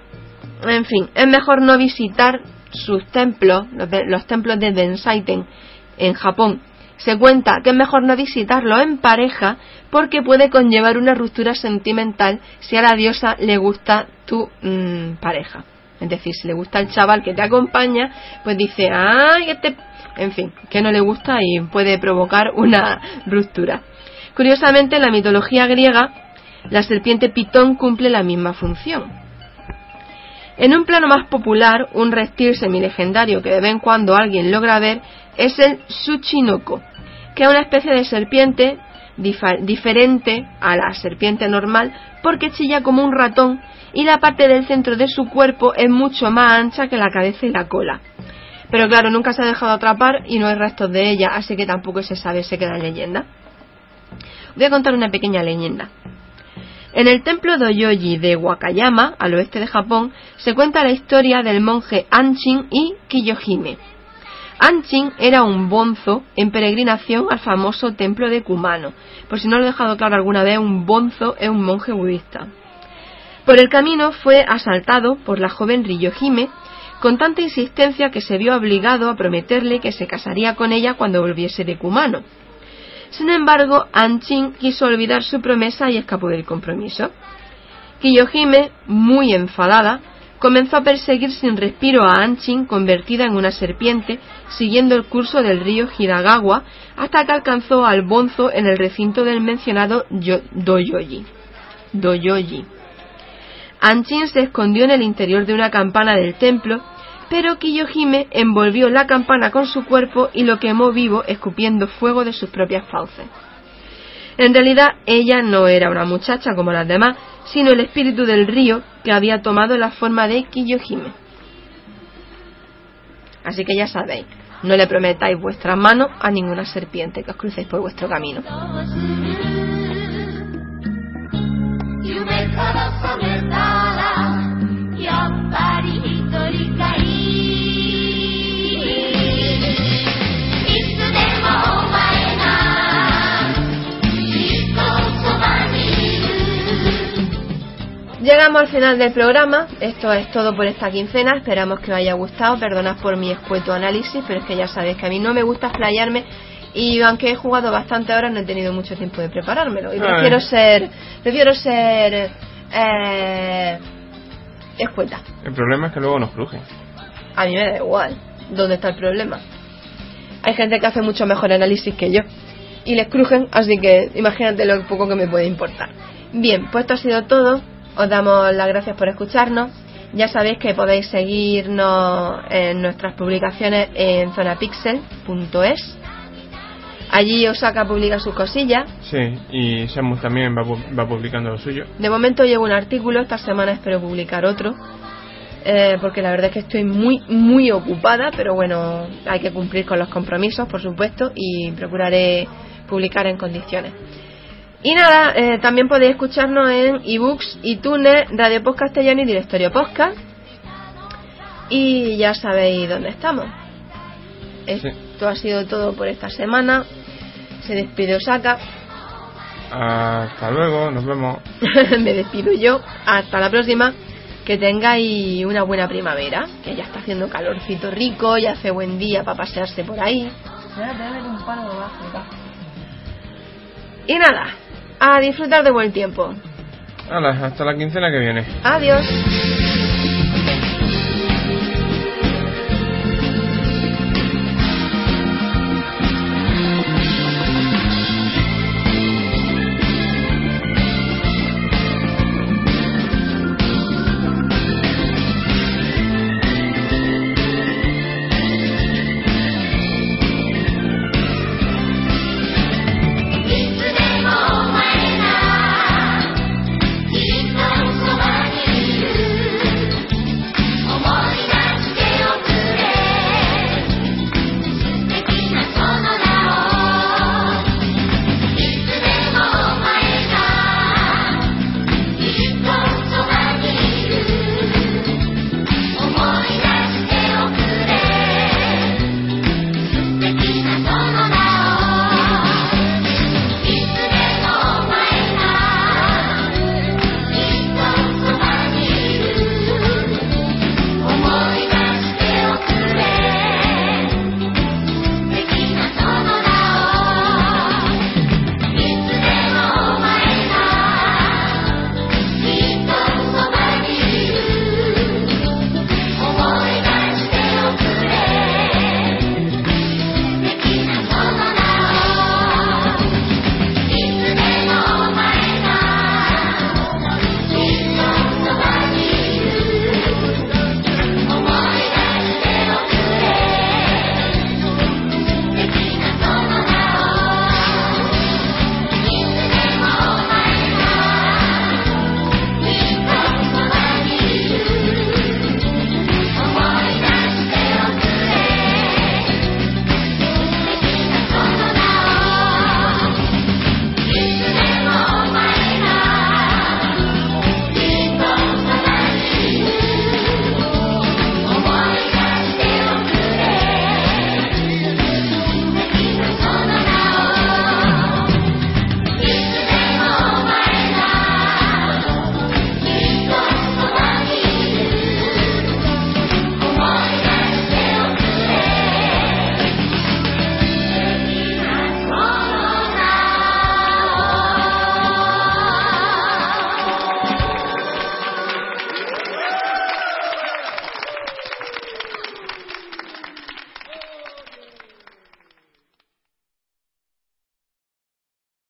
Speaker 1: no visitar sus templos, los templos de Benzaiten en Japón. Se cuenta que es mejor no visitarlos en pareja porque puede conllevar una ruptura sentimental si a la diosa le gusta tu pareja. Es decir, si le gusta el chaval que te acompaña, pues dice, que no le gusta y puede provocar una ruptura. Curiosamente, en la mitología griega, la serpiente pitón cumple la misma función. En un plano más popular, un reptil semilegendario que de vez en cuando alguien logra ver es el Tsuchinoko, que es una especie de serpiente diferente a la serpiente normal porque chilla como un ratón y la parte del centro de su cuerpo es mucho más ancha que la cabeza y la cola. Pero claro, nunca se ha dejado atrapar y no hay restos de ella, así que tampoco se sabe, se queda en leyenda. Voy a contar una pequeña leyenda. En el templo Doyoji de Wakayama, al oeste de Japón, se cuenta la historia del monje Anshin y Kiyohime. Anshin era un bonzo en peregrinación al famoso templo de Kumano. Por si no lo he dejado claro alguna vez, un bonzo es un monje budista. Por el camino fue asaltado por la joven Ryohime con tanta insistencia que se vio obligado a prometerle que se casaría con ella cuando volviese de Kumano. Sin embargo, Anshin quiso olvidar su promesa y escapó del compromiso. Kiyohime, muy enfadada, comenzó a perseguir sin respiro a Anshin, convertida en una serpiente, siguiendo el curso del río Hiragawa, hasta que alcanzó al bonzo en el recinto del mencionado Doyoji. Anshin se escondió en el interior de una campana del templo, pero Kiyohime envolvió la campana con su cuerpo y lo quemó vivo, escupiendo fuego de sus propias fauces. En realidad, ella no era una muchacha como las demás, sino el espíritu del río que había tomado la forma de Kiyohime. Así que ya sabéis, no le prometáis vuestras manos a ninguna serpiente que os crucéis por vuestro camino. Llegamos al final del programa. Esto es todo por esta quincena. Esperamos que os haya gustado. Perdonad por mi escueto análisis, pero es que ya sabéis que a mí no me gusta explayarme y aunque he jugado bastante horas no he tenido mucho tiempo de preparármelo y prefiero ser escueta.
Speaker 2: El problema es que luego nos crujen.
Speaker 1: A mí me da igual. ¿Dónde está el problema? Hay gente que hace mucho mejor análisis que yo y les crujen, así que imagínate lo poco que me puede importar. Bien, pues esto ha sido todo. Os damos las gracias por escucharnos. Ya sabéis que podéis seguirnos en nuestras publicaciones en zonapixel.es. Allí Osaka publica sus cosillas.
Speaker 2: Sí, y Samus también va publicando lo suyo.
Speaker 1: De momento llevo un artículo, esta semana espero publicar otro. Porque la verdad es que estoy muy ocupada, pero bueno, hay que cumplir con los compromisos, por supuesto, y procuraré publicar en condiciones. Y nada, también podéis escucharnos en ebooks, iTunes, Radio Podcast Castellano y Directorio Podcast. Y ya sabéis dónde estamos.
Speaker 2: Sí.
Speaker 1: Esto ha sido todo por esta semana. Se despide Osaka.
Speaker 2: Hasta luego, nos vemos.
Speaker 1: Me despido yo. Hasta la próxima. Que tengáis una buena primavera. Que ya está haciendo calorcito rico. Ya hace buen día para pasearse por ahí. Y nada, a disfrutar de buen tiempo.
Speaker 2: Hasta la quincena que viene.
Speaker 1: Adiós.